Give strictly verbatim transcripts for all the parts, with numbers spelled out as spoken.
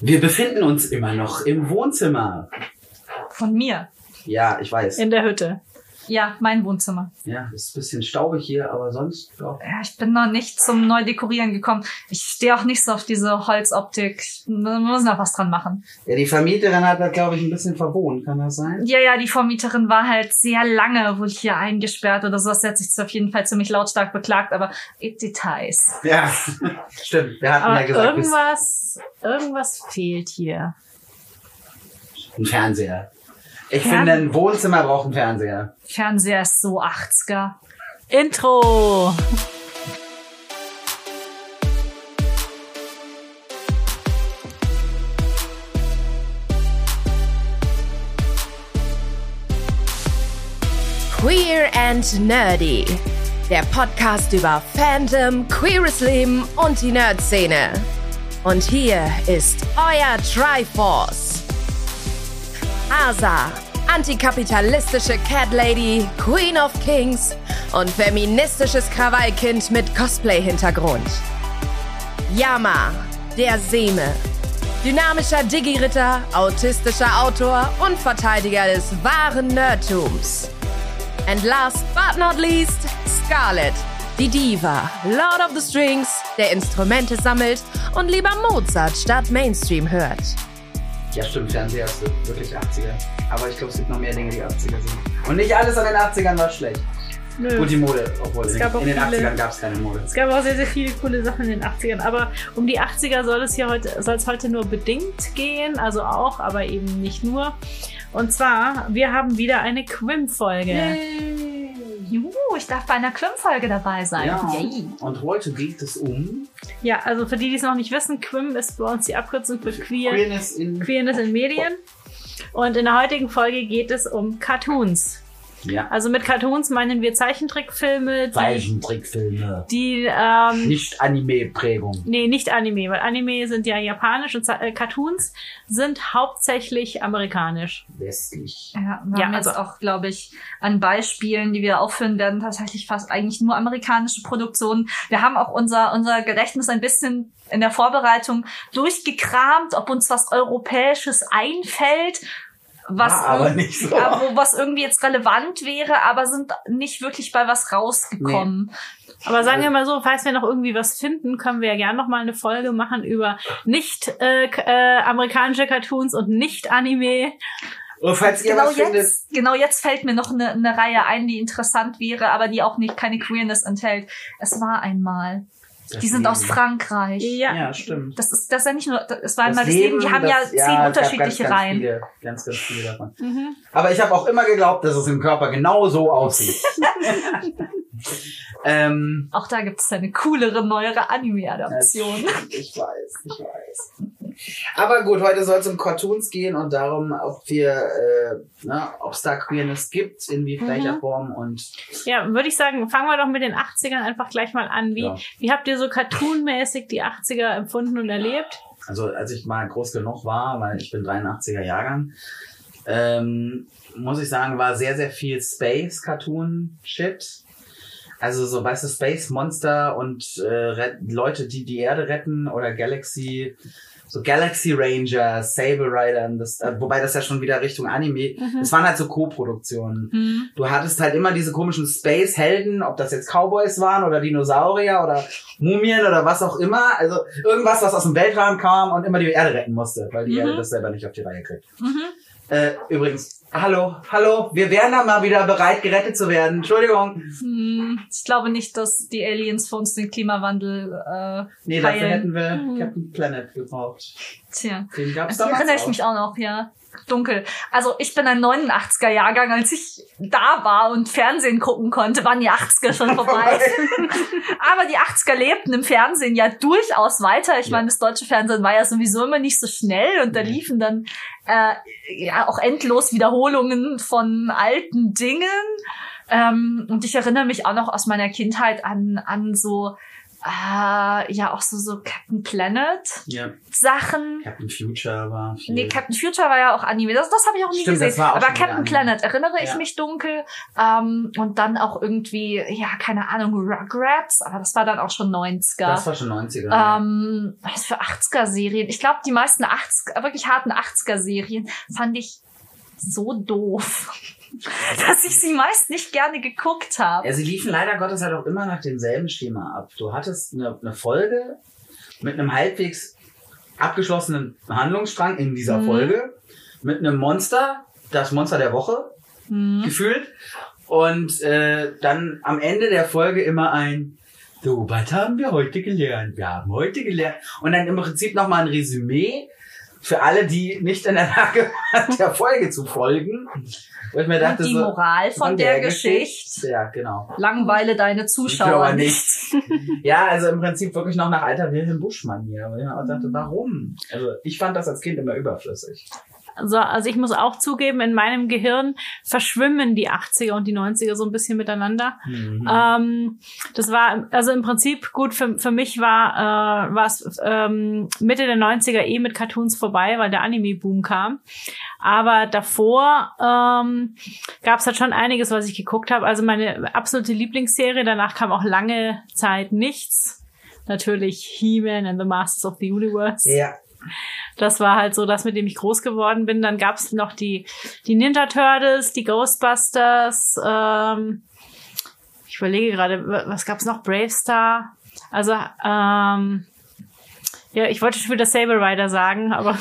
Wir befinden uns immer noch im Wohnzimmer. Von mir. Ja, ich weiß. In der Hütte. Ja, mein Wohnzimmer. Ja, ist ein bisschen staubig hier, aber sonst... Ja, ja ich bin noch nicht zum Neudekorieren gekommen. Ich stehe auch nicht so auf diese Holzoptik. Wir müssen noch was dran machen. Ja, die Vermieterin hat das, glaube ich, ein bisschen verwohnt. Kann das sein? Ja, ja, die Vermieterin war halt sehr lange wohl hier eingesperrt oder so. Sie hat sich auf jeden Fall ziemlich lautstark beklagt, aber Details. Ja, stimmt. Wir hatten aber ja gesagt... irgendwas, irgendwas fehlt hier. Ein Fernseher. Ich Fern- finde, ein Wohnzimmer braucht einen Fernseher. Fernseher ist so achtziger. Intro! Queer and Nerdy. Der Podcast über Fandom, queeres Leben und die Nerd-Szene. Und hier ist euer Triforce. Asa, antikapitalistische Cat Lady, Queen of Kings und feministisches Krawallkind mit Cosplay-Hintergrund. Yama, der Seme, dynamischer Digi-Ritter, autistischer Autor und Verteidiger des wahren Nerdtums. And last but not least, Scarlett, die Diva, Lord of the Strings, der Instrumente sammelt und lieber Mozart statt Mainstream hört. Ja, stimmt, Fernseher ist wirklich achtziger. Aber ich glaube, es gibt noch mehr Dinge, die achtziger sind. Und nicht alles an den achtzigern war schlecht. Nö. Gut, die Mode, obwohl Es in, gab auch in den viele- achtzigern gab es keine Mode. Es gab auch sehr, sehr viele coole Sachen in den achtzigern. Aber um die achtziger soll es hier heute, soll es heute nur bedingt gehen. Also auch, aber eben nicht nur. Und zwar, wir haben wieder eine Quim-Folge. Juhu, ich darf bei einer Quim-Folge dabei sein. Ja, Yay. und heute geht es um Ja, also für die, die es noch nicht wissen, Quim ist bei uns die Abkürzung für Queer, Queerness in... Queerness in Medien. Und in der heutigen Folge geht es um Cartoons. Ja, Also mit Cartoons meinen wir Zeichentrickfilme, die, Zeichentrickfilme. die ähm, Nicht Anime-Prägung. nee, nicht Anime, weil Anime sind ja japanisch und Ze- äh, Cartoons sind hauptsächlich amerikanisch. Westlich. Ja, wir Ja, haben jetzt also- auch, glaube ich, an Beispielen, die wir aufführen werden, tatsächlich fast eigentlich nur amerikanische Produktionen. Wir haben auch unser, unser Gedächtnis ein bisschen in der Vorbereitung durchgekramt, ob uns was Europäisches einfällt, was, War aber irg- nicht so. ja, wo, was irgendwie jetzt relevant wäre, aber sind nicht wirklich bei was rausgekommen. Aber sagen wir mal so, falls wir noch irgendwie was finden, können wir ja gerne noch mal eine Folge machen über nicht äh, k- äh, amerikanische Cartoons und nicht Anime. Und falls ihr Genau was findet... jetzt, genau jetzt fällt mir noch eine, eine Reihe ein, die interessant wäre, aber die auch nicht keine Queerness enthält. Es war einmal. Die sind aus Frankreich. Ja, Ja, stimmt. Das ist, das ist ja nicht nur, das Das war einmal das Leben, die haben das- ja es zehn gab unterschiedliche ganz, ganz Reihen. Viele, ganz, ganz viele davon. Mhm. Aber ich habe auch immer geglaubt, dass es im Körper genau so aussieht. ähm, Auch da gibt es eine coolere, neuere Anime-Adaption. ich weiß, ich weiß. Aber gut, heute soll es um Cartoons gehen und darum, ob wir, äh, ne, ob es da Queerness gibt, in wie welcher Mhm. Form und Ja, würde ich sagen, fangen wir doch mit den achtzigern einfach gleich mal an. Wie, Ja. wie habt ihr so cartoonmäßig die achtziger empfunden und erlebt? also als ich mal groß genug war, weil ich bin dreiundachtziger Jahrgang, ähm, muss ich sagen, war sehr, sehr viel Space-Cartoon-Shit. Also so, weißt du, Space Monster und äh, Red- Leute, die die Erde retten oder Galaxy, so Galaxy Ranger, Saber Rider, das, äh, wobei das ja schon wieder Richtung Anime, Mhm. das waren halt so Co-Produktionen. Hm. Du hattest halt immer diese komischen Space-Helden, ob das jetzt Cowboys waren oder Dinosaurier oder Mumien oder was auch immer. Also irgendwas, was aus dem Weltraum kam und immer die Erde retten musste, weil die Mhm. Erde das selber nicht auf die Reihe kriegt. Mhm. Äh, übrigens, hallo, hallo, wir wären da mal wieder bereit, gerettet zu werden. Entschuldigung. Hm, ich glaube nicht, dass die Aliens für uns den Klimawandel äh, Nee, dafür heilen. hätten wir Mhm. Captain Planet gebraucht. Tja, Den gab's an die damals erinnere ich auch. mich auch noch, ja. Dunkel. Also ich bin ein neunundachtziger Jahrgang, als ich da war und Fernsehen gucken konnte, waren die achtziger schon vorbei. Aber die achtziger lebten im Fernsehen ja durchaus weiter. Ich Ja. meine, das deutsche Fernsehen war ja sowieso immer nicht so schnell und da Nee. liefen dann äh, ja auch endlos Wiederholungen von alten Dingen. Ähm, und ich erinnere mich auch noch aus meiner Kindheit an, an so äh, ja auch so, so Captain Planet Ja. Sachen. Captain Future war viel. Nee, Captain Future war ja auch Anime. Das, das habe ich auch nie Stimmt, das gesehen. war auch Aber schon wieder Captain Anime. Planet erinnere ich Ja. mich dunkel. Ähm, und dann auch irgendwie, ja, keine Ahnung, Rugrats. Aber das war dann auch schon neunziger. Das war schon neunziger. ja. Ähm, was für achtziger-Serien. Ich glaube, die meisten achtziger, wirklich harten achtziger-Serien fand ich so doof, dass ich sie meist nicht gerne geguckt habe. Ja, sie liefen leider Gottes halt auch immer nach demselben Schema ab. Du hattest eine, eine Folge mit einem halbwegs abgeschlossenen Handlungsstrang in dieser Mhm. Folge, mit einem Monster, das Monster der Woche, Hm. gefühlt. Und äh, dann am Ende der Folge immer ein So, was haben wir heute gelernt? Wir haben heute gelernt. Und dann im Prinzip nochmal ein Resümee für alle, die nicht in der Lage waren, der Folge zu folgen. Wo ich mir dachte, Und die so, Moral von, der, Geschichte. Ja, genau. Langweile deine Zuschauer aber nicht. Ja, also im Prinzip wirklich noch nach alter Wilhelm Busch-Manier. Wo ich mir auch dachte, warum? Also ich fand das als Kind immer überflüssig. Also, also ich muss auch zugeben, in meinem Gehirn verschwimmen die achtziger und die neunziger so ein bisschen miteinander. Mhm. Ähm, das war, also im Prinzip gut, für, für mich war äh, war es ähm, Mitte der neunziger eh mit Cartoons vorbei, weil der Anime-Boom kam. Aber davor ähm, gab es halt schon einiges, was ich geguckt habe. Also meine absolute Lieblingsserie, danach kam auch lange Zeit nichts. Natürlich He-Man and the Masters of the Universe. Ja. Das war halt so das, mit dem ich groß geworden bin. Dann gab's noch die die Ninja Turtles, die Ghostbusters. Ähm, ich überlege gerade, was gab's noch? Brave Star. Also ähm, ja, ich wollte schon wieder Saber Rider sagen, aber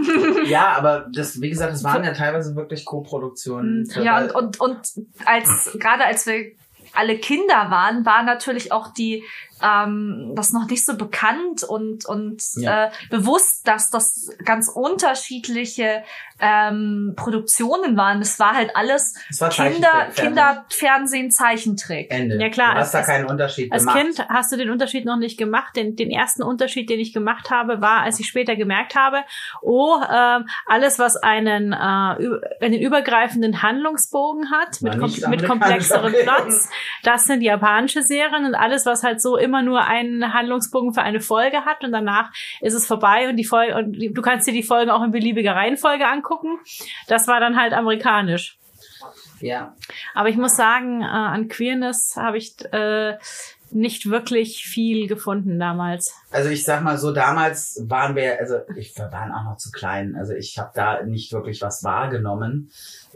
Ja, aber das, wie gesagt, das waren ja teilweise wirklich Co-Produktionen. Ja, und, und, und als, gerade als wir alle Kinder waren, war natürlich auch die, ähm, das noch nicht so bekannt und, und Ja. äh, bewusst, dass das ganz unterschiedliche ähm, Produktionen waren. Es war halt alles Es war Kinder, Zeichentrick, Kinderfernsehen, Zeichentrick. Ende. Ja, klar, Du hast als- da keinen Unterschied als gemacht. Kind hast du den Unterschied noch nicht gemacht. Den, den ersten Unterschied, den ich gemacht habe, war, als ich später gemerkt habe, oh, ähm, alles, was einen, äh, ü- einen übergreifenden Handlungsbogen hat, mit, War kom nicht mit amerikanisch, komplexeren okay. Plots, das sind japanische Serien, und alles, was halt so immer nur einen Handlungsbogen für eine Folge hat und danach ist es vorbei und die Folge, und die, du kannst dir die Folgen auch in beliebiger Reihenfolge angucken. Das war dann halt amerikanisch. Ja. Aber ich muss sagen, äh, an Queerness habe ich äh, nicht wirklich viel gefunden damals. Also ich sag mal so, damals waren wir, also ich, wir waren auch noch zu klein. Also ich habe da nicht wirklich was wahrgenommen.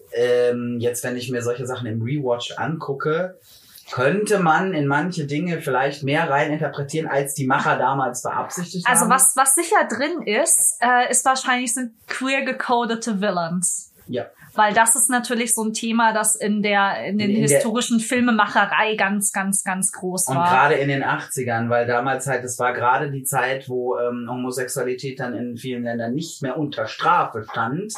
Ähm, jetzt, wenn ich mir solche Sachen im Rewatch angucke, könnte man in manche Dinge vielleicht mehr rein interpretieren, als die Macher damals beabsichtigt Also haben. was, was sicher drin ist, äh, ist wahrscheinlich sind queer gecodete Villains. Ja. Weil das ist natürlich so ein Thema, das in der, in den In der- historischen Filmemacherei ganz, ganz, ganz groß Und war. gerade in den achtzigern, weil damals halt, es war gerade die Zeit, wo ähm, Homosexualität dann in vielen Ländern nicht mehr unter Strafe stand,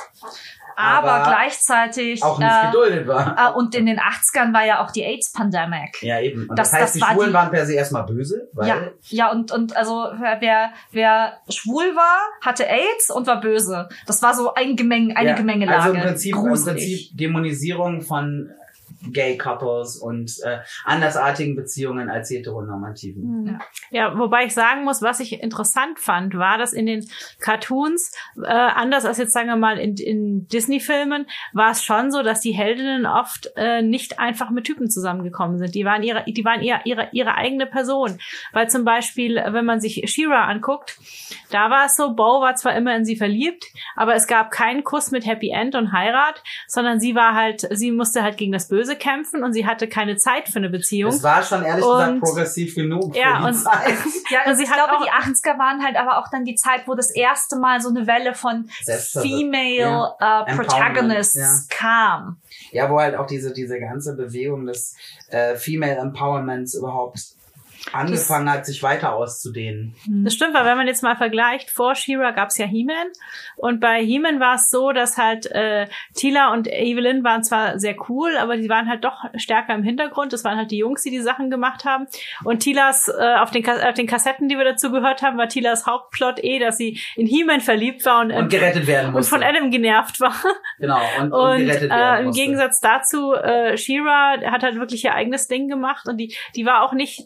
aber, aber gleichzeitig, auch nicht äh, geduldet war. äh, und in den achtzigern war ja auch die AIDS-Pandemic. Ja, eben. Und das- das, heißt, das die war Schwulen die- waren per se erstmal böse, weil Ja, ja, und, und also wer, wer, wer schwul war, hatte AIDS und war böse. Das war so ein Gemeng, eine ja, Gemengelage. Also im Prinzip, im Gruselig. Prinzip Dämonisierung von Gay Couples und äh, andersartigen Beziehungen als heteronormativen. Ja, wobei ich sagen muss, was ich interessant fand, war, dass in den Cartoons, äh, anders als jetzt sagen wir mal in, in Disney-Filmen, war es schon so, dass die Heldinnen oft äh, nicht einfach mit Typen zusammengekommen sind. Die waren ihre, die waren eher ihre, ihre eigene Person. Weil zum Beispiel, wenn man sich She-Ra anguckt, da war es so, Bo war zwar immer in sie verliebt, aber es gab keinen Kuss mit Happy End und Heirat, sondern sie war halt, sie musste halt gegen das Böse kämpfen und sie hatte keine Zeit für eine Beziehung. Es war schon ehrlich Und- gesagt progressiv genug Ja, für die und- Zeit. Ja, Und also sie ich hat glaube, auch- die achtziger waren halt aber auch dann die Zeit, wo das erste Mal so eine Welle von Selbstverwirklichung. Female Ja. äh, Protagonists Empowerment, kam. Ja, wo halt auch diese diese ganze Bewegung des äh, Female Empowerments überhaupt angefangen hat, sich weiter auszudehnen. Das stimmt, weil wenn man jetzt mal vergleicht, vor She-Ra gab's ja He-Man und bei He-Man war es so, dass halt äh, Teela und Evelyn waren zwar sehr cool, aber die waren halt doch stärker im Hintergrund. Das waren halt die Jungs, die die Sachen gemacht haben. Und Teelas, äh, auf, den Kas- auf den Kassetten, die wir dazu gehört haben, war Teelas Hauptplot eh, dass sie in He-Man verliebt war und, Und gerettet werden und musste. von Adam genervt war. Genau, und, und, Und gerettet werden äh, im musste. Gegensatz dazu, äh, She-Ra hat halt wirklich ihr eigenes Ding gemacht und die, die war auch nicht, äh, die hat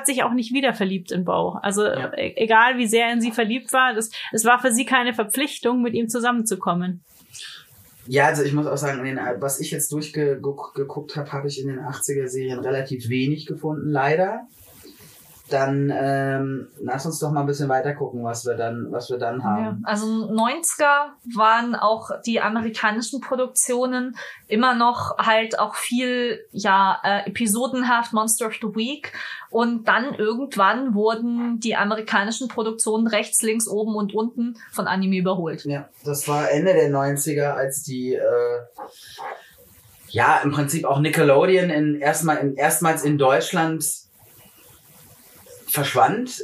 hat sich auch nicht wieder verliebt in Bo. Also Ja. e- egal wie sehr in sie verliebt war, das, es war für sie keine Verpflichtung, mit ihm zusammenzukommen. Ja, also ich muss auch sagen, in den, was ich jetzt durchgeguckt habe, habe ich in den achtziger-Serien relativ wenig gefunden, leider. Dann ähm, lass uns doch mal ein bisschen weiter gucken, was wir dann, was wir dann haben. Ja, also neunziger waren auch die amerikanischen Produktionen immer noch halt auch viel, ja, äh, episodenhaft, Monster of the Week. Und dann irgendwann wurden die amerikanischen Produktionen rechts, links, oben und unten von Anime überholt. Ja, das war Ende der neunziger, als die äh, ja im Prinzip auch Nickelodeon in erstmal in, erstmals in Deutschland verschwand.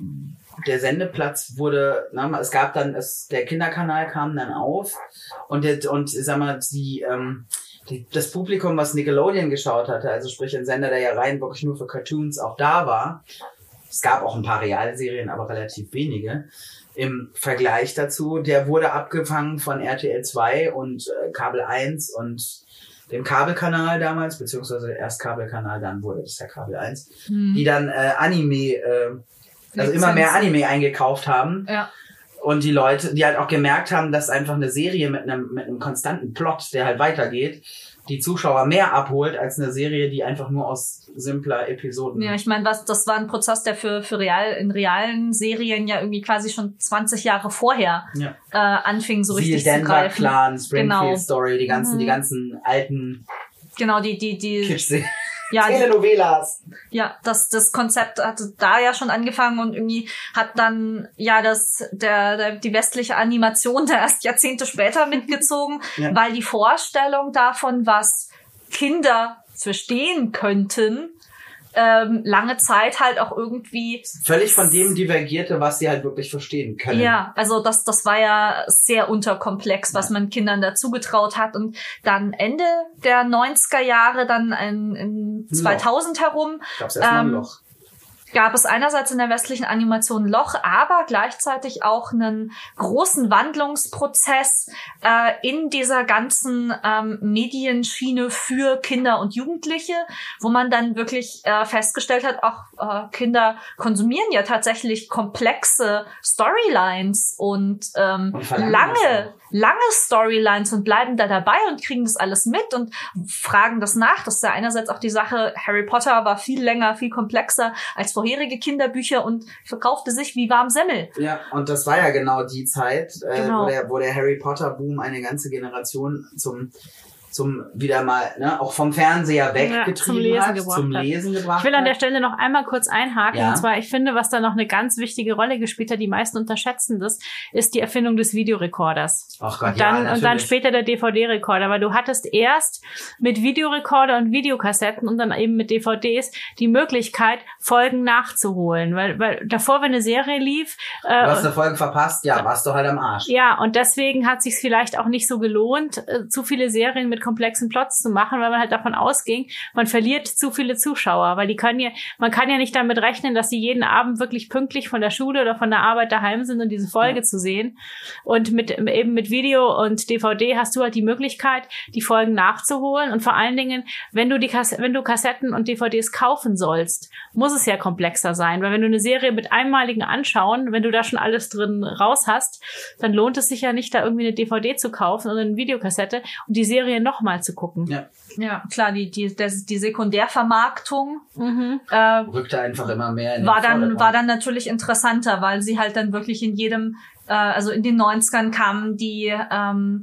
Der Sendeplatz wurde, na, es gab dann, es, der Kinderkanal kam dann auf und der, und ich sag mal, die, ähm, die, das Publikum, was Nickelodeon geschaut hatte, also sprich ein Sender, der ja rein wirklich nur für Cartoons auch da war. Es gab auch ein paar Realserien, aber relativ wenige. Im Vergleich dazu, der wurde abgefangen von R T L zwei und äh, Kabel eins und dem Kabelkanal damals, beziehungsweise erst Kabelkanal, dann wurde das ja Kabel eins, Hm. die dann äh, Anime, äh, also immer mehr Anime eingekauft haben. Ja. Und die Leute, die halt auch gemerkt haben, dass einfach eine Serie mit einem, mit einem konstanten Plot, der halt weitergeht, die Zuschauer mehr abholt als eine Serie, die einfach nur aus simpler Episoden. Ja, ich meine, was das war ein Prozess, der für für real in realen Serien ja irgendwie quasi schon zwanzig Jahre vorher Ja. äh, anfing so Siehe richtig zu Denver greifen. Clan, Springfield Genau. Story, die ganzen, Mhm. die ganzen alten Genau, die die die Kitsch-Serien. ja, die, Telenovelas. ja, das das Konzept hatte da ja schon angefangen und irgendwie hat dann ja das der, der die westliche Animation da erst Jahrzehnte später mitgezogen, Ja. weil die Vorstellung davon, was Kinder verstehen könnten, ähm, lange Zeit halt auch irgendwie Völlig von dem divergierte, was sie halt wirklich verstehen können. Ja, also das, das war ja sehr unterkomplex, was man Kindern dazu getraut hat. Und dann Ende der neunziger Jahre, dann in, in zweitausend herum, Gab's erstmal ein Ähm, Loch. gab es einerseits in der westlichen Animation ein Loch, aber gleichzeitig auch einen großen Wandlungsprozess äh, in dieser ganzen ähm, Medienschiene für Kinder und Jugendliche, wo man dann wirklich äh, festgestellt hat, auch äh, Kinder konsumieren ja tatsächlich komplexe Storylines und, ähm, Und verlangen lange, das auch. lange Storylines und bleiben da dabei und kriegen das alles mit und fragen das nach. Das ist ja einerseits auch die Sache, Harry Potter war viel länger, viel komplexer als vorherige Kinderbücher und verkaufte sich wie warm Semmel. Ja, und das war ja genau die Zeit, äh, Genau. wo, der, wo der Harry Potter Boom eine ganze Generation zum zum wieder mal, ne, auch vom Fernseher weggetrieben zum Lesen hat, gebracht zum hat. Lesen gebracht Ich will an der hat. Stelle noch einmal kurz einhaken. Ja. Und zwar, ich finde, was da noch eine ganz wichtige Rolle gespielt hat, die meisten unterschätzen das, ist die Erfindung des Videorekorders. Ach Gott, Und dann, ja, und dann natürlich. später der D V D-Rekorder, weil du hattest erst mit Videorekorder und Videokassetten und dann eben mit D V Ds die Möglichkeit, Folgen nachzuholen. Weil, weil davor, wenn eine Serie lief, Du hast äh, eine Folge verpasst, ja, warst du halt am Arsch. ja, und deswegen hat sich vielleicht auch nicht so gelohnt, äh, zu viele Serien mit komplexen Plots zu machen, weil man halt davon ausging, man verliert zu viele Zuschauer, weil die können ja, man kann ja nicht damit rechnen, dass sie jeden Abend wirklich pünktlich von der Schule oder von der Arbeit daheim sind, um diese Folge Ja. zu sehen. Und mit eben mit Video und D V D hast du halt die Möglichkeit, die Folgen nachzuholen. Und vor allen Dingen, wenn du die Kass- wenn du Kassetten und D V Ds kaufen sollst, muss es ja komplexer sein, weil wenn du eine Serie mit einmaligen Anschauen, wenn du da schon alles drin raus hast, dann lohnt es sich ja nicht, da irgendwie eine D V D zu kaufen oder eine Videokassette und die Serie nochmal zu gucken. Ja. Ja, klar, die, die, das, die Sekundärvermarktung Mhm. äh, Rückte einfach immer mehr in den war dann Vordergrund. war dann natürlich interessanter, weil sie halt dann wirklich in jedem, äh, also in den neunzigern kamen die ähm,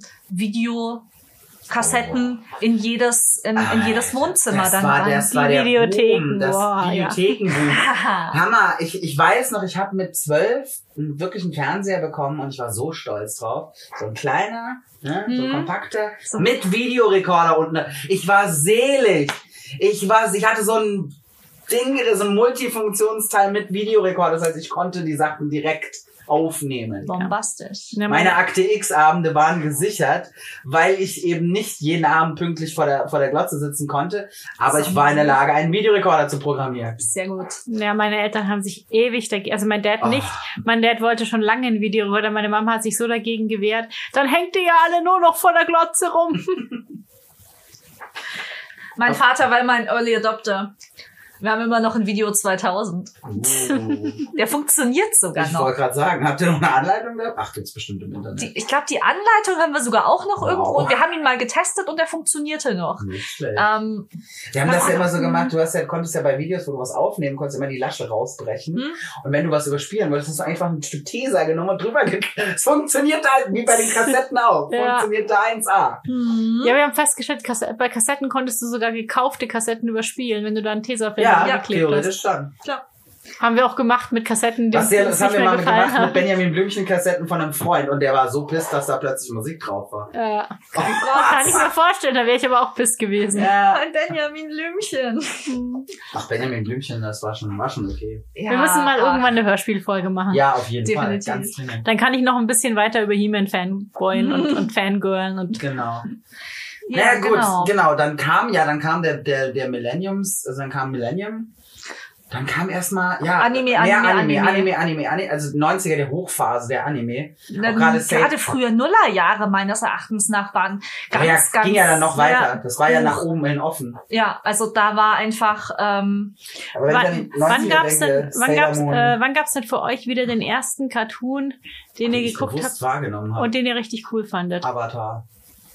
Videokassetten in jedes in, in jedes Wohnzimmer das dann war, rein. das die war der Videotheken, Boom, das boah, ja. Videothekenboom. Haha. Hammer, ich, ich weiß noch, ich habe mit zwölf einen wirklichen Fernseher bekommen und ich war so stolz drauf. So ein kleiner, ne, so Mhm. kompakter, So. mit Videorekorder unten. Ich war selig. Ich war, ich hatte so ein Ding, so ein Multifunktionsteil mit Videorekorder. Das heißt, ich konnte die Sachen direkt aufnehmen. Bombastisch. Ja, Meine Akte X-Abende waren gesichert, weil ich eben nicht jeden Abend pünktlich vor der, vor der Glotze sitzen konnte. Aber ich war in der Lage, einen Videorekorder zu programmieren. Sehr gut. Ja, meine Eltern haben sich ewig dagegen, also mein Dad Oh. nicht. Mein Dad wollte schon lange ein Videorekorder, meine Mama hat sich so dagegen gewehrt. Dann hängt ihr ja alle nur noch vor der Glotze rum. Mein Vater war immer ein Early Adopter. Wir haben immer noch ein Video zweitausend. Oh. Der funktioniert sogar Ich noch. wollte gerade sagen, habt ihr noch eine Anleitung da? Ach, gibt's bestimmt im Internet. Die, ich glaube, die Anleitung haben wir sogar auch noch Wow. irgendwo. Und wir haben ihn mal getestet und der funktionierte noch. Nicht schlecht. Ähm, Wir haben das ja immer so gemacht, du hast ja, konntest ja bei Videos, wo du was aufnehmen konntest, immer die Lasche rausbrechen. Hm? Und wenn du was überspielen wolltest, hast du einfach ein Stück Tesa genommen und drüber gekriegt. Es funktioniert halt wie bei den Kassetten auch. Ja. Funktioniert da eins a. hm. Ja, wir haben festgestellt, Kasse- bei Kassetten konntest du sogar gekaufte Kassetten überspielen, wenn du da einen Tesafilm Ja, geklebt theoretisch hast. schon. Klar. Was sehr, uns das haben nicht wir mehr mal gefallen gemacht mit haben. Benjamin Blümchen-Kassetten von einem Freund und der war so pisst, dass da plötzlich Musik drauf war. Ja, kann, kann ich mir vorstellen, da wäre ich aber auch pisst gewesen. Ja. Ein Benjamin Blümchen. Ach, Benjamin Blümchen, das war schon, war schon okay. Ja, Wir müssen mal ach, irgendwann eine Hörspielfolge machen. Ja, auf jeden Definitiv. Fall. Ganz dringend. Dann kann ich noch ein bisschen weiter über He-Man fanboyen und, und fangirlen und Genau. Ja, naja, gut, genau. genau. Dann kam, ja, dann kam der, der, der Millenniums, also dann kam Millennium. Dann kam erstmal, ja, Anime, mehr Anime, Anime, Anime. Anime, Anime, Anime, also neunziger, der Hochphase der Anime. Dann Auch gerade Gerade Safe- früher Nullerjahre meines Erachtens nach waren ganz, ja, ja, ganz... ging ja dann noch weiter. Ja, Das war ja hoch. nach oben hin offen. Ja, also da war einfach... Ähm, Aber wenn ich wann, an die wann neunziger gab's denke, denn, wann Sailor gab's, Moon, äh, wann gab's denn für euch wieder den ersten Cartoon, den den ihr ich geguckt bewusst habt wahrgenommen habe. und den ihr richtig cool fandet? Avatar.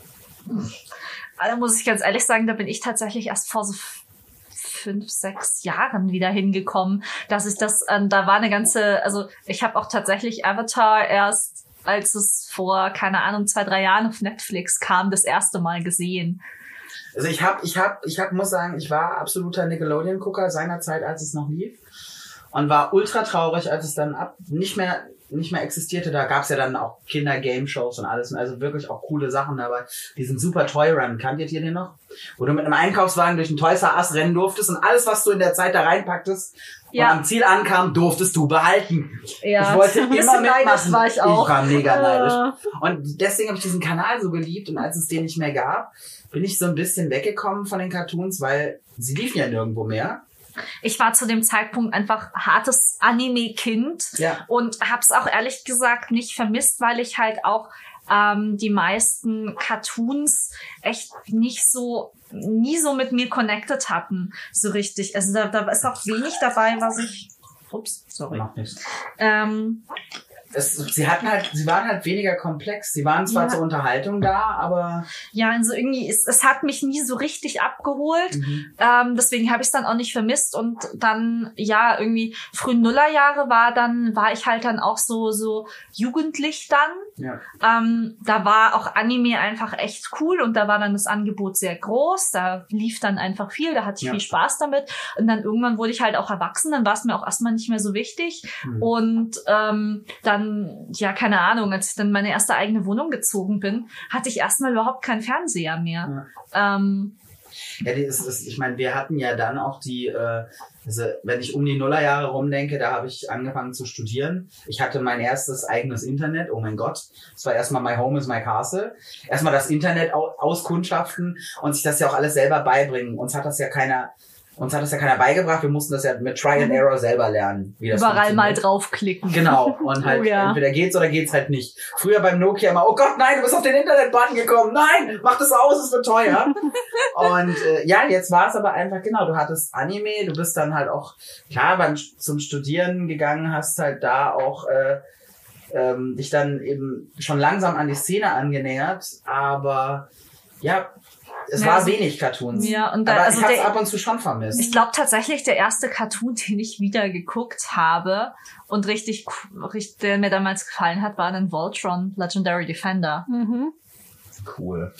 da muss ich ganz ehrlich sagen, da bin ich tatsächlich erst vor so f- fünf, sechs Jahren wieder hingekommen, dass ich das, ähm, da war eine ganze, also ich habe auch tatsächlich Avatar erst, als es vor, keine Ahnung, zwei, drei Jahren auf Netflix kam, das erste Mal gesehen. Also ich hab, ich hab, ich hab, muss sagen, ich war absoluter Nickelodeon-Gucker seinerzeit, als es noch lief. Und war ultra traurig, als es dann ab, nicht mehr, nicht mehr existierte. Da gab's ja dann auch Kinder-Game-Shows und alles. Also wirklich auch coole Sachen dabei. Diesen Super Toy Run, kanntet ihr den noch? Wo du mit einem Einkaufswagen durch den Toys R Us rennen durftest und alles, was du in der Zeit da reinpacktest Ja. und am Ziel ankam, durftest du behalten. Ja. Ich wollte Ein bisschen immer neidisch mitmachen. war ich auch. Ich war mega neidisch. Äh, Und deswegen habe ich diesen Kanal so geliebt. Und als es den nicht mehr gab, bin ich so ein bisschen weggekommen von den Cartoons, weil sie liefen ja nirgendwo mehr. Ich war zu dem Zeitpunkt einfach hartes Anime-Kind Ja. und hab's auch ehrlich gesagt nicht vermisst, weil ich halt auch ähm, die meisten Cartoons echt nicht so, nie so mit mir connected hatten, so richtig. Also da, da ist auch wenig dabei, was ich, ups, sorry. Macht nichts. Ähm, Es, sie hatten halt, sie waren halt weniger komplex. Sie waren zwar Ja. zur Unterhaltung da, aber ja, also irgendwie, es, es hat mich nie so richtig abgeholt. mhm. Ähm, deswegen habe ich es dann auch nicht vermisst und dann, ja, irgendwie frühen Nullerjahre war dann, war ich halt dann auch so, so jugendlich dann. ja. Ähm, da war auch Anime einfach echt cool und da war dann das Angebot sehr groß, da lief dann einfach viel, da hatte ich Ja. viel Spaß damit und dann irgendwann wurde ich halt auch erwachsen, dann war es mir auch erstmal nicht mehr so wichtig Mhm. und ähm, dann, ja, keine Ahnung, als ich dann in meine erste eigene Wohnung gezogen bin, hatte ich erstmal überhaupt keinen Fernseher mehr. Ähm, Ja, die ist, ist, ich meine, wir hatten ja dann auch die, äh, also wenn ich um die Nullerjahre rumdenke, da habe ich angefangen zu studieren. Ich hatte mein erstes eigenes Internet, oh mein Gott. Das war erstmal My Home is My Castle. Erstmal das Internet au- auskundschaften und sich das ja auch alles selber beibringen. Uns hat das ja keiner, uns hat das ja keiner beigebracht. Wir mussten das ja mit Try and Error selber lernen, wie das überall mal funktioniert. draufklicken. Genau, und halt Oh ja. entweder geht's oder geht's halt nicht. Früher beim Nokia immer, oh Gott, nein, du bist auf den Internetbutton gekommen, nein, mach das aus, es wird teuer. Und äh, ja, jetzt war es aber einfach, genau, du hattest Anime, du bist dann halt auch, klar, beim, zum Studieren gegangen, hast halt da auch äh, ähm, dich dann eben schon langsam an die Szene angenähert, aber ja, es Ja, war also- wenig Cartoons. Ja, und da, aber also ich hab's der, ab und zu schon vermisst. ich glaube tatsächlich, der erste Cartoon, den ich wieder geguckt habe und richtig, richtig, der mir damals gefallen hat, war dann Voltron, Legendary Defender. mhm. Cool.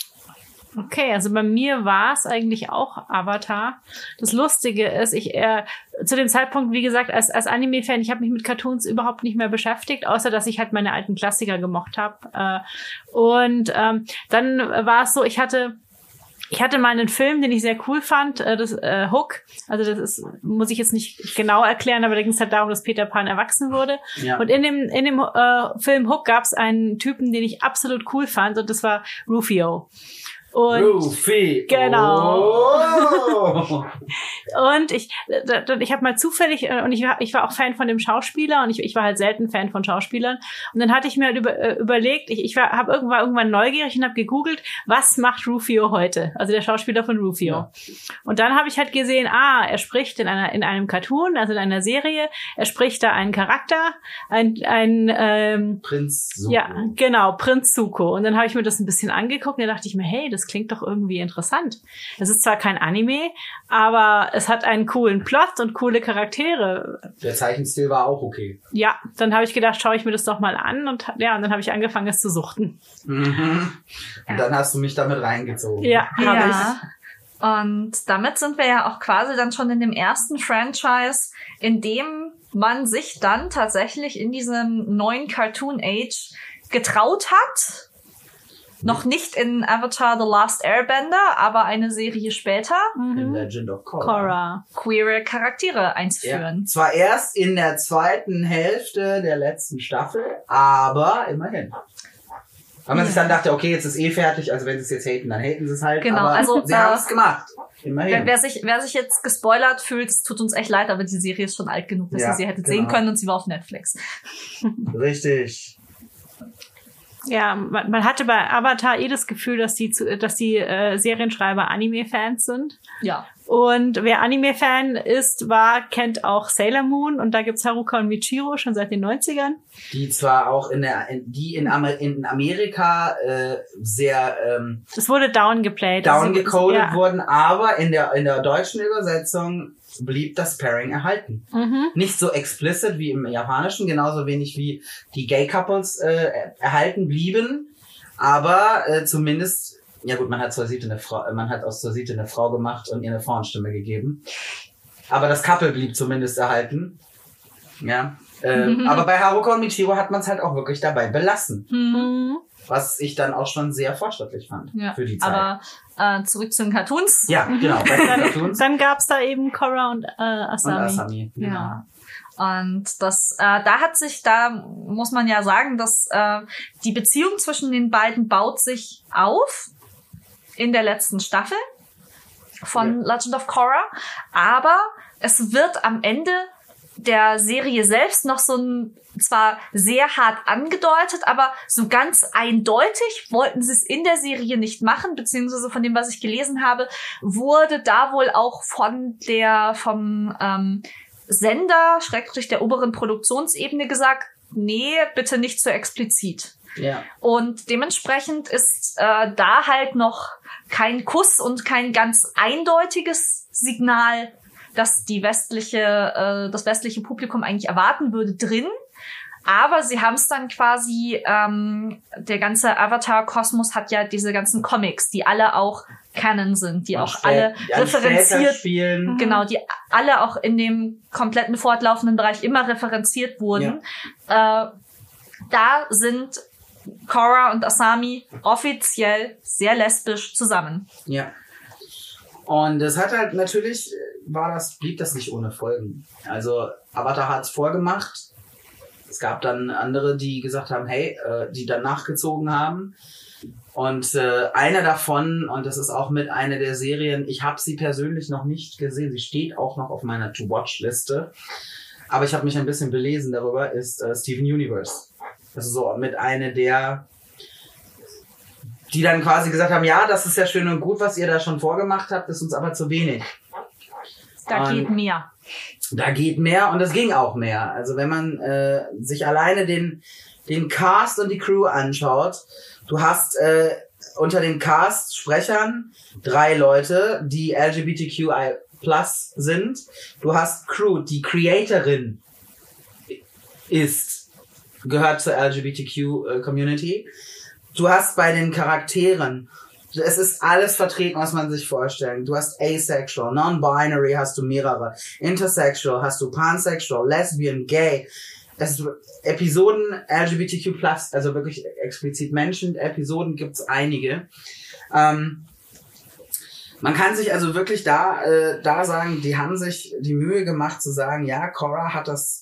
Okay, also bei mir war es eigentlich auch Avatar. Das Lustige ist, ich äh, zu dem Zeitpunkt, wie gesagt, als, als Anime-Fan, ich habe mich mit Cartoons überhaupt nicht mehr beschäftigt, außer dass ich halt meine alten Klassiker gemocht habe. Äh, und ähm, dann war es so, ich hatte Ich hatte mal einen Film, den ich sehr cool fand, äh, das äh, Hook. Also das ist, muss ich jetzt nicht genau erklären, aber da ging es halt darum, dass Peter Pan erwachsen wurde. Ja. Und in dem in dem äh, Film Hook gab es einen Typen, den ich absolut cool fand, und das war Rufio. Und Rufy. Genau. Oh. Und ich, ich habe mal zufällig, und ich war, ich war auch Fan von dem Schauspieler und ich, ich war halt selten Fan von Schauspielern. Und dann hatte ich mir halt über, überlegt, ich, ich war, hab irgendwann, irgendwann neugierig und habe gegoogelt, was macht Rufio heute? Also der Schauspieler von Rufio. Ja. Und dann habe ich halt gesehen, ah, er spricht in einer in einem Cartoon, also in einer Serie, er spricht da einen Charakter, ein, ein ähm, Prinz Zuko. Ja, genau, Prinz Zuko. Und dann habe ich mir das ein bisschen angeguckt und da dachte ich mir, hey, das klingt doch irgendwie interessant. Es ist zwar kein Anime, aber es hat einen coolen Plot und coole Charaktere. Der Zeichenstil war auch okay. Ja, dann habe ich gedacht, schaue ich mir das doch mal an und ja, und dann habe ich angefangen, es zu suchten. Mhm. Und dann hast du mich damit reingezogen. Ja, habe Ja. Und damit sind wir ja auch quasi dann schon in dem ersten Franchise, in dem man sich dann tatsächlich in diesem neuen Cartoon Age getraut hat. Noch nicht in Avatar The Last Airbender, aber eine Serie später, In Legend of Korra. Korra. queere Charaktere Ja. einzuführen. Zwar erst in der zweiten Hälfte der letzten Staffel, aber immerhin. Weil man sich dann dachte, okay, jetzt ist eh fertig, also wenn sie es jetzt haten, dann haten sie es halt. Genau, aber also, sie äh, haben es gemacht. Immerhin. Wer, wer, sich, wer sich jetzt gespoilert fühlt, es tut uns echt leid, aber die Serie ist schon alt genug, dass Ja, ihr sie hättet genau. sehen können und sie war auf Netflix. Richtig. Ja, man, man hatte bei Avatar eh das Gefühl, dass die, zu, dass die äh, Serienschreiber Anime-Fans sind. Ja. Und wer Anime-Fan ist, war, kennt auch Sailor Moon. Und da gibt's Haruka und Michiro schon seit den neunzigern. Die zwar auch in der, in, die in, Amer in Amerika äh, sehr ähm, Das wurde downgeplayt. downgecodet Also, ja. wurden, aber in der in der deutschen Übersetzung blieb das Pairing erhalten. Mhm. Nicht so explicit wie im Japanischen, genauso wenig wie die Gay-Couples äh, erhalten blieben, aber äh, zumindest, ja gut, man hat zur Siete eine Frau, man hat aus zur Siete eine Frau gemacht und ihr eine Frauenstimme gegeben. Aber das Couple blieb zumindest erhalten. Ja. Äh, Mhm. Aber bei Haruka und Michiro hat man es halt auch wirklich dabei belassen. Mhm. Was ich dann auch schon sehr fortschrittlich fand Ja. für die Zeit. Aber äh, zurück zu den Cartoons. ja, genau. Bei den Cartoons Dann gab's da eben Korra und äh, Asami. und Asami. Genau. Ja. Und das, äh, da hat sich, da muss man ja sagen, dass äh, die Beziehung zwischen den beiden baut sich auf in der letzten Staffel von Legend of Korra, aber es wird am Ende der Serie selbst noch so ein, zwar sehr hart angedeutet, aber so ganz eindeutig wollten sie es in der Serie nicht machen, beziehungsweise von dem, was ich gelesen habe, wurde da wohl auch von der, vom ähm, Sender, Schrägstrich der oberen Produktionsebene gesagt, nee, bitte nicht so explizit. Ja. Und dementsprechend ist äh, da halt noch kein Kuss und kein ganz eindeutiges Signal, das die westliche, äh, das westliche Publikum eigentlich erwarten würde, drin. Aber sie haben es dann quasi, ähm, der ganze Avatar-Kosmos hat ja diese ganzen Comics, die alle auch Canon sind, die Und auch spät- alle die alle später referenziert, spielen. genau, die alle auch in dem kompletten fortlaufenden Bereich immer referenziert wurden. Äh, da sind Korra und Asami offiziell sehr lesbisch zusammen. Ja. Und es hat halt natürlich, war das, blieb das nicht ohne Folgen. Also Avatar hat es vorgemacht. Es gab dann andere, die gesagt haben, hey, äh, die dann nachgezogen haben. Und äh, eine davon, und das ist auch mit einer der Serien, ich habe sie persönlich noch nicht gesehen, sie steht auch noch auf meiner To-Watch-Liste, aber ich habe mich ein bisschen belesen darüber, ist äh, Steven Universe. Das ist so mit einer der, die dann quasi gesagt haben, ja, das ist ja schön und gut, was ihr da schon vorgemacht habt, ist uns aber zu wenig. Da Und geht mehr. Da geht mehr und es ging auch mehr. Also wenn man äh, sich alleine den den Cast und die Crew anschaut, du hast äh, unter den Cast-Sprechern drei Leute, die L G B T Q I plus sind. Du hast Crew, die Creatorin ist, gehört zur L G B T Q-Community. Du hast bei den Charakteren, es ist alles vertreten, was man sich vorstellen. Du hast asexual, non-binary hast du mehrere, intersexual hast du pansexual, lesbian, gay. Es ist Episoden L G B T Q plus, also wirklich explizit Menschen, Episoden gibt's einige. Ähm, man kann sich also wirklich da, äh, da sagen, die haben sich die Mühe gemacht zu sagen, ja, Korra hat das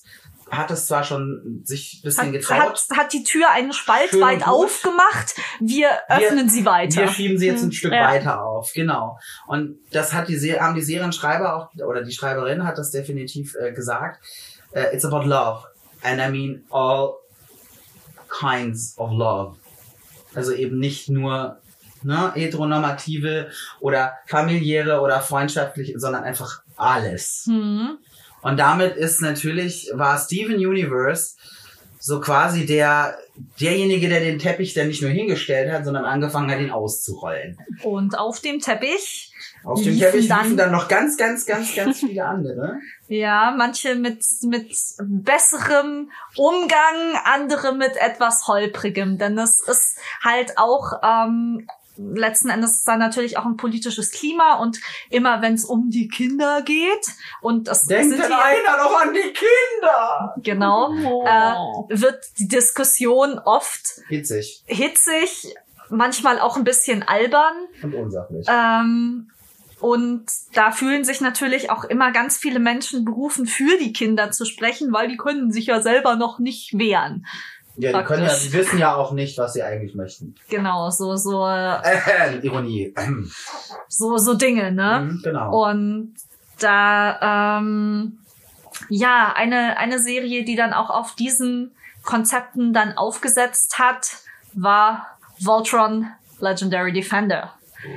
hat es zwar schon sich ein bisschen Hat, getraut. hat, hat die Tür einen Spalt Schön und weit gut. aufgemacht. Wir öffnen wir, sie weiter. Wir schieben sie jetzt ein Stück Ja. weiter auf, genau. Und das hat die Se- haben die Serienschreiber auch, oder die Schreiberin hat das definitiv äh, gesagt. Uh, it's about love. And I mean all kinds of love. Also eben nicht nur ne, heteronormative oder familiäre oder freundschaftliche, sondern einfach alles. Hm. Und damit ist natürlich, war Steven Universe so quasi der, derjenige, der den Teppich dann nicht nur hingestellt hat, sondern angefangen hat, ihn auszurollen. Und auf dem Teppich Auf dem liefen Teppich dann- liefen dann noch ganz, ganz, ganz, ganz viele andere. Ja, manche mit, mit besserem Umgang, andere mit etwas holprigem. Denn es ist halt auch, ähm, letzten Endes ist da natürlich auch ein politisches Klima und immer wenn es um die Kinder geht und das Denkt sind denn hier, einer noch an die Kinder? genau, Oh. äh, wird die Diskussion oft Hitzig hitzig, manchmal auch ein bisschen albern. und unsachlich. Ähm, und da fühlen sich natürlich auch immer ganz viele Menschen berufen, für die Kinder zu sprechen, weil die können sich ja selber noch nicht wehren. Ja, die können ja, praktisch. die wissen ja auch nicht, was sie eigentlich möchten. Genau, so, so, Äh, Ironie. so, so Dinge, ne? Mhm, genau. Und da, ähm, ja, eine, eine Serie, die dann auch auf diesen Konzepten dann aufgesetzt hat, war Voltron Legendary Defender.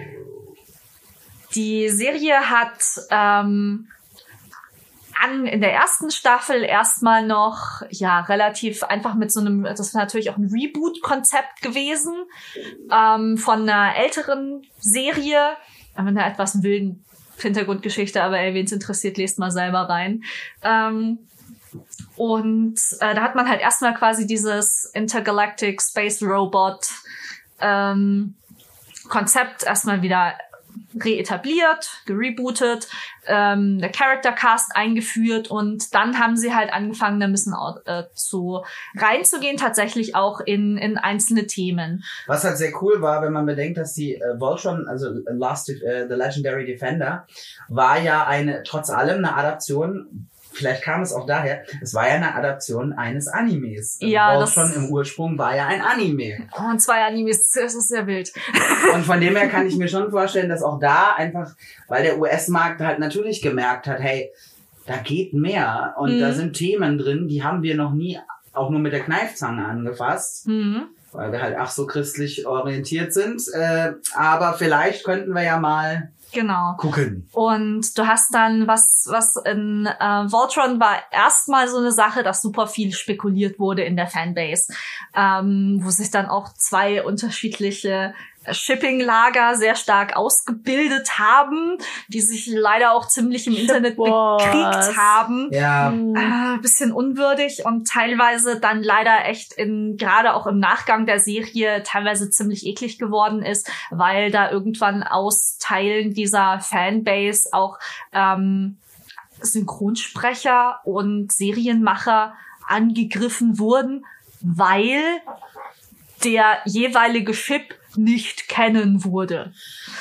Die Serie hat ähm, an in der ersten Staffel erstmal noch ja relativ einfach mit so einem, das war natürlich auch ein Reboot-Konzept gewesen ähm, von einer älteren Serie, mit einer etwas wilden Hintergrundgeschichte, aber ey, wen es interessiert, lest mal selber rein. Ähm, und äh, da hat man halt erstmal quasi dieses Intergalactic Space Robot ähm, Konzept erstmal wieder reetabliert, gerebootet, ähm, der Character Cast eingeführt und dann haben sie halt angefangen, da ein bisschen äh, zu reinzugehen, tatsächlich auch in in einzelne Themen. Was halt sehr cool war, wenn man bedenkt, dass die äh, Voltron, also Last, äh, The Legendary Defender, war ja eine, trotz allem eine Adaption, vielleicht kam es auch daher, es war ja eine Adaption eines Animes. Ja, Voltron das- im Ursprung war ja ein Anime. Und zwei Animes, das ist sehr wild. Und von dem her kann ich mir schon vorstellen, dass auch da einfach, weil der U S-Markt halt natürlich gemerkt hat, hey, da geht mehr und Mhm. da sind Themen drin, die haben wir noch nie auch nur mit der Kneifzange angefasst. Mhm. Weil wir halt ach so christlich orientiert sind. Äh, aber vielleicht könnten wir ja mal Genau. gucken. Und du hast dann, was was in äh, Voltron war erstmal so eine Sache, dass super viel spekuliert wurde in der Fanbase, ähm, wo sich dann auch zwei unterschiedliche Shipping-Lager sehr stark ausgebildet haben, die sich leider auch ziemlich im Internet Shipwars. bekriegt haben. Ja, Äh, bisschen unwürdig und teilweise dann leider echt in, gerade auch im Nachgang der Serie teilweise ziemlich eklig geworden ist, weil da irgendwann aus Teilen dieser Fanbase auch ähm, Synchronsprecher und Serienmacher angegriffen wurden, weil der jeweilige Chip nicht kennen wurde.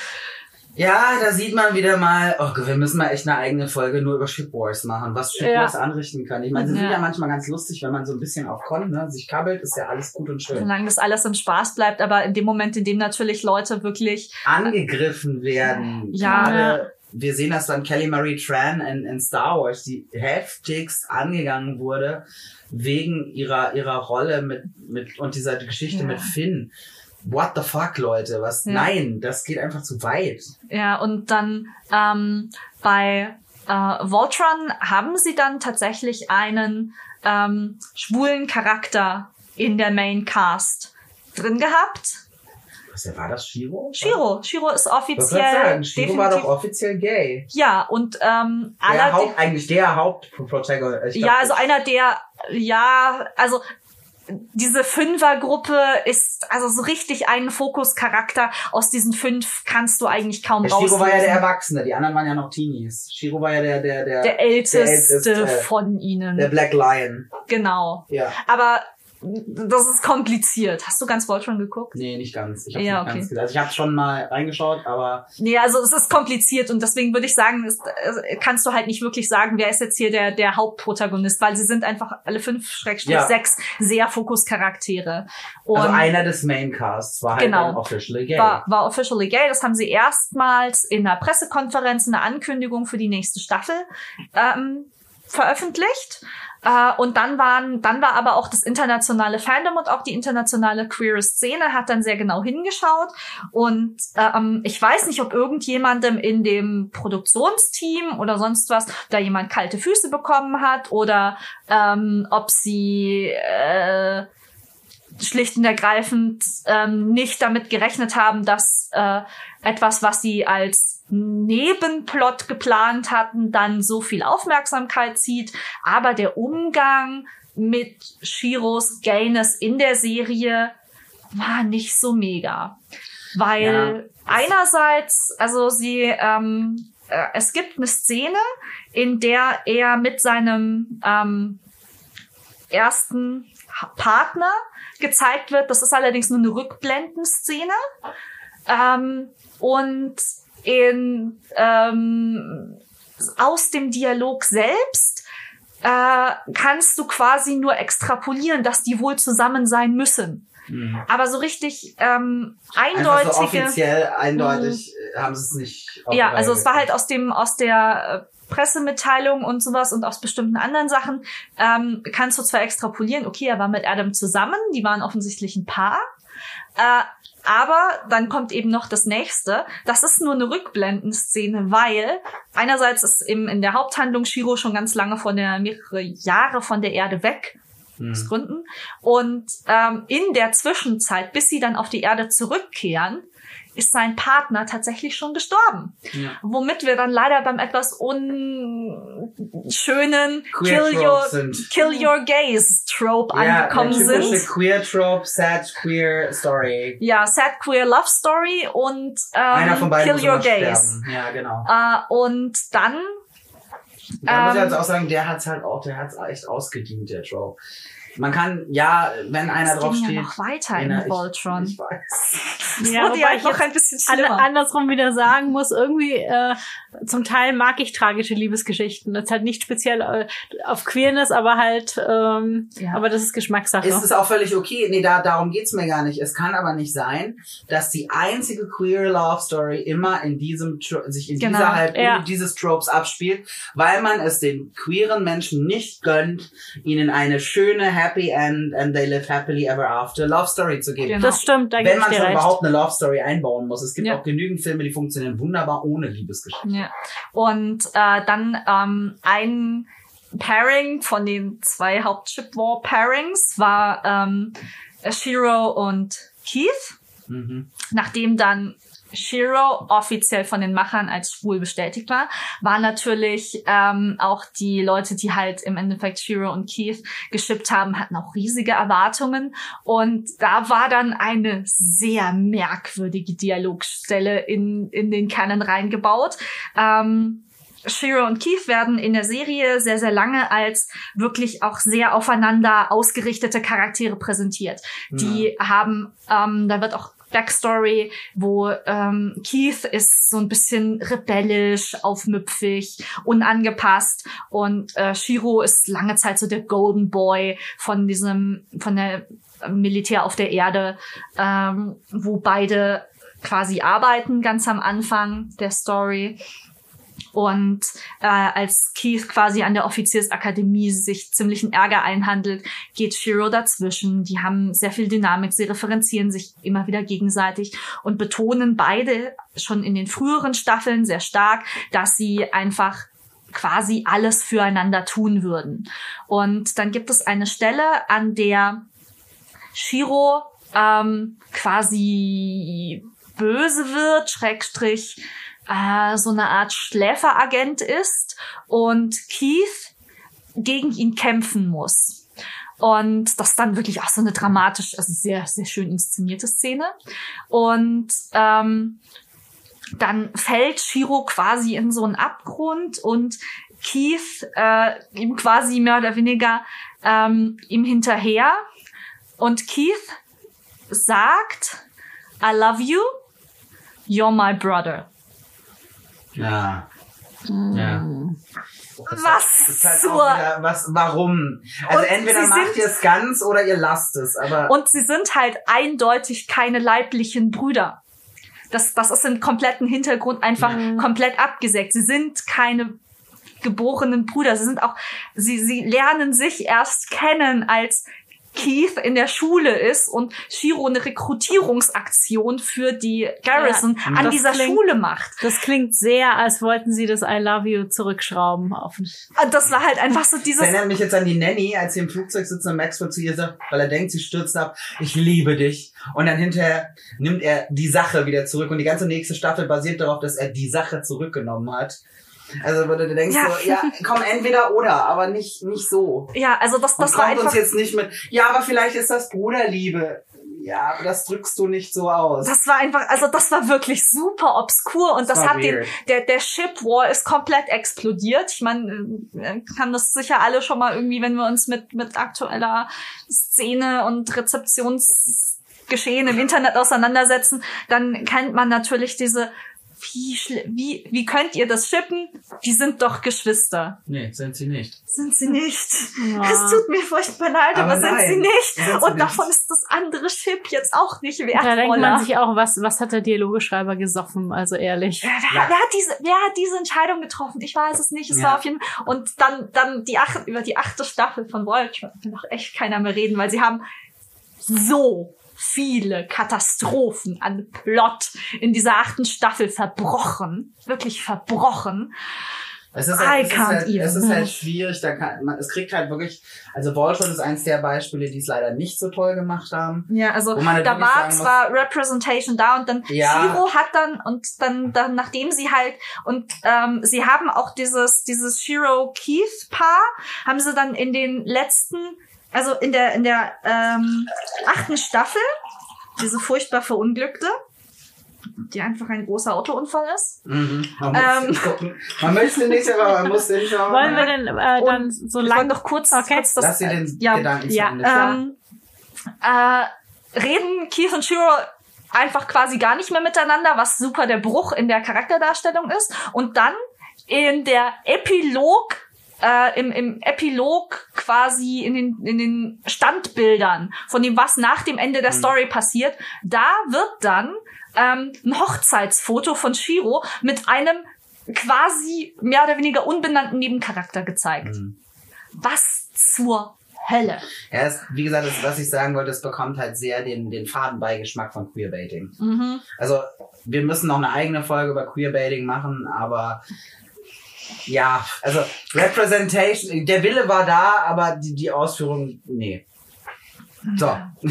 ja, da sieht man wieder mal, oh Gott, wir müssen mal echt eine eigene Folge nur über Shipwars machen, was Shipwars Ja. anrichten kann. Ich meine, sie sind Ja. ja manchmal ganz lustig, wenn man so ein bisschen auf Con, ne, sich kabbelt, ist ja alles gut und schön. Solange das alles im Spaß bleibt, aber in dem Moment, in dem natürlich Leute wirklich Angegriffen werden. Ja. Gerade, wir sehen das dann Kelly Marie Tran in, in Star Wars, die heftigst angegangen wurde wegen ihrer ihrer Rolle mit mit und dieser Geschichte Ja. mit Finn. What the fuck, Leute? Was? Ja. Nein, das geht einfach zu weit. Ja, und dann ähm, bei äh, Voltron haben sie dann tatsächlich einen ähm, schwulen Charakter in der Main Cast drin gehabt. Was war das, Shiro? Shiro. Shiro ist Was soll ich offiziell sagen? Shiro war doch definitiv. offiziell gay. Ja, und ähm, Der allerdings. Haupt, eigentlich der Hauptprotagonist. Ich glaub, Ja, also einer der, ja, also diese Fünfergruppe ist also so richtig ein Fokuscharakter. Aus diesen fünf kannst du eigentlich kaum der Shiro rauslösen. war ja der Erwachsene, die anderen waren ja noch Teenies. Shiro war ja der der der der älteste älteste, äh, von ihnen. der Black Lion. Genau. Ja. Aber das ist kompliziert. Hast du ganz Voltron geguckt? Nee, nicht ganz. Ich habe ja, nicht okay. ganz also ich habe schon mal reingeschaut, aber nee, also es ist kompliziert und deswegen würde ich sagen, ist, kannst du halt nicht wirklich sagen, wer ist jetzt hier der der Hauptprotagonist, weil sie sind einfach alle fünf Schrägstrich Ja. sechs sehr Fokuscharaktere. Und also einer des Maincasts war halt Genau. dann officially gay. war, war officially gay. Das haben sie erstmals in einer Pressekonferenz, eine Ankündigung für die nächste Staffel ähm, veröffentlicht. Uh, und dann waren, dann war aber auch das internationale Fandom und auch die internationale queere Szene hat dann sehr genau hingeschaut. Und ähm, ich weiß nicht, ob irgendjemandem in dem Produktionsteam oder sonst was da jemand kalte Füße bekommen hat oder ähm, ob sie äh, schlicht und ergreifend ähm, nicht damit gerechnet haben, dass äh, etwas, was sie als Nebenplot geplant hatten, dann so viel Aufmerksamkeit zieht. Aber der Umgang mit Shiros Gayness in der Serie war nicht so mega. Weil Ja. einerseits, also sie, ähm, äh, es gibt eine Szene, in der er mit seinem ähm, ersten Partner gezeigt wird. Das ist allerdings nur eine Rückblendenszene. Ähm, und in ähm, aus dem Dialog selbst äh, kannst du quasi nur extrapolieren, dass die wohl zusammen sein müssen. Mhm. Aber so richtig ähm, Einfach so eindeutige... offiziell, eindeutig äh, haben sie es nicht auf Ja, die Reihe also es war gekriegt. halt aus dem aus der äh, Pressemitteilung und sowas und aus bestimmten anderen Sachen ähm, kannst du zwar extrapolieren, okay, er war mit Adam zusammen, die waren offensichtlich ein Paar, äh, aber dann kommt eben noch das Nächste. Das ist nur eine Rückblendenszene, weil einerseits ist eben in der Haupthandlung Shiro schon ganz lange von der, mehrere Jahre von der Erde weg, Mhm. aus Gründen. Und ähm, in der Zwischenzeit, bis sie dann auf die Erde zurückkehren, ist sein Partner tatsächlich schon gestorben. Ja. Womit wir dann leider beim etwas unschönen Queer Kill Your, Tropes sind. Kill Your Gaze Trope angekommen ja, typische sind. Queer Trope, sad queer Story. Ja, Sad Queer Love Story und ähm, Einer von beiden Kill muss Your immer Gaze. sterben. Ja, genau. Äh, und dann Da muss ich Ähm, jetzt auch sagen, der hat's halt auch, der hat's echt ausgedient, der Trope. Man kann, ja, wenn einer es drauf ging steht. ja noch weiter Ja, in ich- Voltron. Ich weiß. Das Ja, wurde ja wobei ich noch jetzt ein bisschen An, schlimmer. andersrum wieder sagen muss, irgendwie äh, zum Teil mag ich tragische Liebesgeschichten. Das ist halt nicht speziell äh, auf Queerness, aber halt, ähm, Ja. aber das ist Geschmackssache. Es ist auch völlig okay. Nee, da, darum geht's mir gar nicht. Es kann aber nicht sein, dass die einzige queer Love Story immer in diesem, Tro- sich in Genau, dieser halt, ja. in dieses Tropes abspielt, weil man es den queeren Menschen nicht gönnt, ihnen eine schöne Happy End and they live happily ever after Love Story zu geben. Genau. Das stimmt, da gebe Wenn ich man dir schon recht. überhaupt eine Love Story einbauen muss. Es gibt Ja. auch genügend Filme, die funktionieren wunderbar ohne Liebesgeschichte. Ja. Und äh, dann ähm, ein Pairing von den zwei Haupt-Chip-War-Pairings war ähm, Shiro und Keith. Mhm. Nachdem dann Shiro offiziell von den Machern als schwul bestätigt war, waren natürlich ähm, auch die Leute, die halt im Endeffekt Shiro und Keith geschippt haben, hatten auch riesige Erwartungen. Und da war dann eine sehr merkwürdige Dialogstelle in, in den Canon reingebaut. Ähm, Shiro und Keith werden in der Serie sehr, sehr lange als wirklich auch sehr aufeinander ausgerichtete Charaktere präsentiert. Die haben, ähm, da wird auch Backstory, wo ähm, Keith ist so ein bisschen rebellisch, aufmüpfig, unangepasst und äh, Shiro ist lange Zeit so der Golden Boy von diesem, von der Militär auf der Erde, ähm, wo beide quasi arbeiten, ganz am Anfang der Story. Und äh, als Keith quasi an der Offiziersakademie sich ziemlichen Ärger einhandelt, geht Shiro dazwischen. Die haben sehr viel Dynamik, sie referenzieren sich immer wieder gegenseitig und betonen beide schon in den früheren Staffeln sehr stark, dass sie einfach quasi alles füreinander tun würden. Und dann gibt es eine Stelle, an der Shiro ähm, quasi böse wird, Schrägstrich, äh, so eine Art Schläferagent ist und Keith gegen ihn kämpfen muss. Und das ist dann wirklich auch so eine dramatische, also sehr, sehr schön inszenierte Szene. Und ähm, dann fällt Shiro quasi in so einen Abgrund und Keith äh, ihm quasi mehr oder weniger ähm, ihm hinterher Und Keith sagt, I love you, you're my brother. Ja. Ja. Das Was ist halt zur... auch wieder, was, warum? Also Und entweder sie macht sind- ihr es ganz oder ihr lasst es, aber... Und sie sind halt eindeutig keine leiblichen Brüder. Das, das ist im kompletten Hintergrund einfach Mhm. komplett abgesägt. Sie sind keine geborenen Brüder. Sie sind auch, sie, sie lernen sich erst kennen, als Keith in der Schule ist und Shiro eine Rekrutierungsaktion für die Garrison Ja, an das dieser klingt- Schule macht. Das klingt sehr, als wollten sie das I love you zurückschrauben. Auf den Und das war halt einfach so Das dieses, erinnert mich jetzt an die Nanny, als sie im Flugzeug sitzt und Maxwell zu ihr sagt, weil er denkt, sie stürzt ab, ich liebe dich. Und dann hinterher nimmt er die Sache wieder zurück und die ganze nächste Staffel basiert darauf, dass er die Sache zurückgenommen hat. Also, wo du denkst Ja. so, ja, komm, entweder oder, aber nicht, nicht so. ja, also das, Und das war kommt uns einfach, jetzt nicht mit, ja, aber vielleicht ist das Bruderliebe. Ja, aber das drückst du nicht so aus. das war einfach, also das war wirklich super obskur und Das das war hat den, weird. der, der Ship War ist komplett explodiert. Ich meine, äh, kann das sicher alle schon mal irgendwie, wenn wir uns mit, mit aktueller Szene und Rezeptionsgeschehen im Internet auseinandersetzen, dann kennt man natürlich diese, wie, schl- wie, wie könnt ihr das shippen? Die sind doch Geschwister. Nee, sind sie nicht. Sind sie nicht. Ja. Es tut mir furchtbar leid, aber, Aber sind nein, sie nicht. sind sie und nicht. davon ist das andere Chip jetzt auch nicht wertvoller. Da denkt man sich auch, was, was hat der Dialogeschreiber gesoffen? Also ehrlich. Wer, wer, wer, hat diese, wer hat diese Entscheidung getroffen? Ich weiß es nicht. Es Ja. war auf jeden Fall. Und dann, dann die acht, über die achte Staffel von Voyager will noch echt keiner mehr reden, weil sie haben so viele Katastrophen an Plot in dieser achten Staffel verbrochen. Wirklich verbrochen. Es ist I halt, es ist can't halt, even. es ist halt schwierig, da kann, man, es kriegt halt wirklich, also Voltron ist eins der Beispiele, die es leider nicht so toll gemacht haben. Ja, also Wo man halt da wirklich war sagen muss- zwar Representation da und dann Ja. Shiro hat dann und dann dann nachdem sie halt und ähm, sie haben auch dieses dieses Shiro Keith Paar haben sie dann in den letzten, also in der in der ähm, achten Staffel, diese furchtbar verunglückte, die einfach ein großer Autounfall ist. Mhm. Man muss Ähm. den gucken. Man möchte nicht, aber man muss den schauen. Wollen wir denn äh, dann Und so ich wollte lang... noch kurz, Okay. kurz das, Lass sie den ja, Gedanken ja, zu Ende führen. ähm, äh, reden Keith und Shiro einfach quasi gar nicht mehr miteinander, was super der Bruch in der Charakterdarstellung ist. Und dann in der Epilog, äh, im, im Epilog quasi in den, in den Standbildern von dem, was nach dem Ende der Mhm. Story passiert, da wird dann ähm, ein Hochzeitsfoto von Shiro mit einem quasi mehr oder weniger unbenannten Nebencharakter gezeigt. Mhm. Was zur Hölle? Ja, es, wie gesagt, das, was ich sagen wollte, es bekommt halt sehr den, den Fadenbeigeschmack von Queerbaiting. Mhm. Also, wir müssen noch eine eigene Folge über Queerbaiting machen, aber ja, also Representation, der Wille war da, aber die, die Ausführung, nee. So.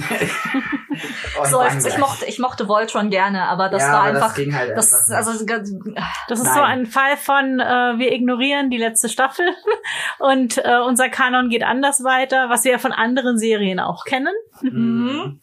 Oh, So, war ich, ich gleich. mochte, ich mochte Voltron gerne, aber das Ja, war aber das einfach, ging halt das, einfach nicht. also, ganz- Das ist Nein. so ein Fall von, äh, wir ignorieren die letzte Staffel und äh, unser Kanon geht anders weiter, was wir ja von anderen Serien auch kennen. Mhm.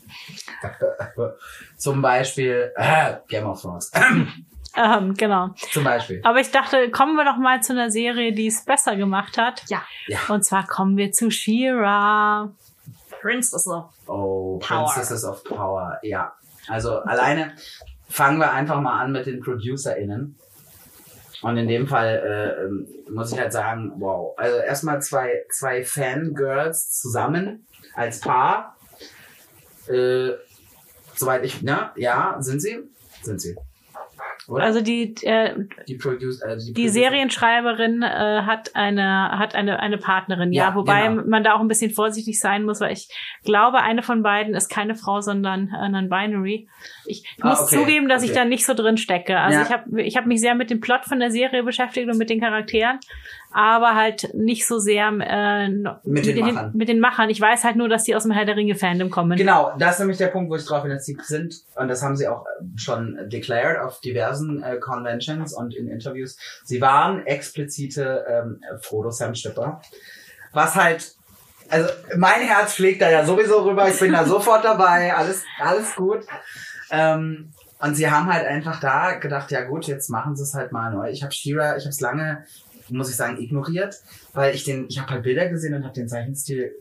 Zum Beispiel äh, Game of Thrones. Ähm, genau. Zum Beispiel. Aber ich dachte, kommen wir doch mal zu einer Serie, die es besser gemacht hat. ja, Ja. Und zwar kommen wir zu She-Ra. Princess of Oh, Power. Princesses of Power. Ja. Also alleine fangen wir einfach mal an mit den ProducerInnen. Und in dem Fall äh, ähm, muss ich halt sagen, wow. Also erstmal zwei, zwei Fangirls zusammen als Paar. Äh, soweit ich, ne? Ja, sind sie? Sind sie. Oder? Also die, äh, die Producer, also die, die Producer- Serienschreiberin äh, hat eine hat eine eine Partnerin, ja, Ja, wobei genau. man da auch ein bisschen vorsichtig sein muss, weil ich glaube, eine von beiden ist keine Frau, sondern äh, non-binary. Ich Ah, muss okay, zugeben, dass okay. ich da nicht so drin stecke. Also Ja. ich habe ich habe mich sehr mit dem Plot von der Serie beschäftigt und mit den Charakteren, aber halt nicht so sehr äh, no- Mit den Machern. mit den Machern. Ich weiß halt nur, dass die aus dem Herr der Ringe Fandom kommen. Genau, das ist nämlich der Punkt, wo ich drauf bin, sie sind, und das haben sie auch schon declared auf diversen äh, Conventions und in Interviews, sie waren explizite ähm, Frodo-Sam-Stipper. Was halt, also mein Herz schlägt da ja sowieso rüber, ich bin da sofort dabei, alles, alles gut. Ähm, und sie haben halt einfach da gedacht, ja gut, jetzt machen sie es halt mal neu. Ich habe She-Ra, ich habe es lange, muss ich sagen, ignoriert, weil ich den, ich habe halt Bilder gesehen und habe den Zeichenstil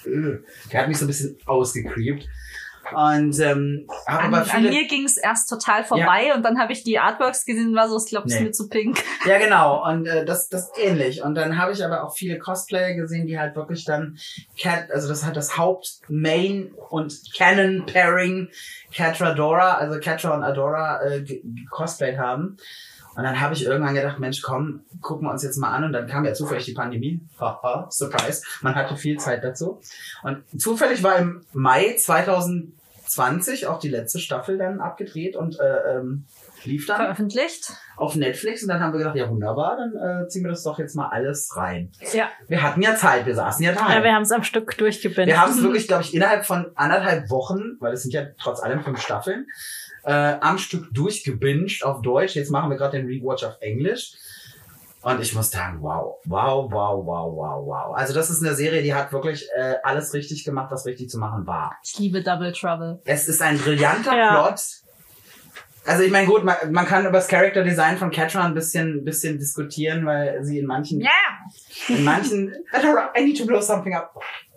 der hat mich so ein bisschen ausgecreept. Und ähm, habe An, aber viele... an mir ging es erst total vorbei ja. und dann habe ich die Artworks gesehen und war so, ich glaube, das nee. ist mir zu pink. Ja, genau. Und äh, das das ist ähnlich. Und dann habe ich aber auch viele Cosplayer gesehen, die halt wirklich dann Cat, also das hat das Haupt-Main- und Canon-Pairing Catra Dora, also Catra und Adora äh, gecosplayt haben. Und dann habe ich irgendwann gedacht, Mensch, komm, gucken wir uns jetzt mal an. Und dann kam ja zufällig die Pandemie. Haha, Surprise. Man hatte viel Zeit dazu. Und zufällig war im Mai zwanzig zwanzig auch die letzte Staffel dann abgedreht und äh, ähm, lief dann veröffentlicht auf Netflix. Und dann haben wir gedacht, ja wunderbar, dann äh, ziehen wir das doch jetzt mal alles rein. Ja. Wir hatten ja Zeit, wir saßen ja da. Ja, wir haben es am Stück durchgebindet. Wir haben es wirklich, glaube ich, innerhalb von anderthalb Wochen, weil es sind ja trotz allem fünf Staffeln, Äh, am Stück durchgebinged auf Deutsch. Jetzt machen wir gerade den Rewatch auf Englisch. Und ich muss sagen, wow, wow, wow, wow, wow, wow. Also das ist eine Serie, die hat wirklich äh, alles richtig gemacht, was richtig zu machen war. Ich liebe Double Trouble. Es ist ein brillanter ja. Plot. Also ich meine, gut, man, man kann über das Character Design von Catra ein bisschen, bisschen diskutieren, weil sie in manchen, ja. in manchen, I need to blow something up.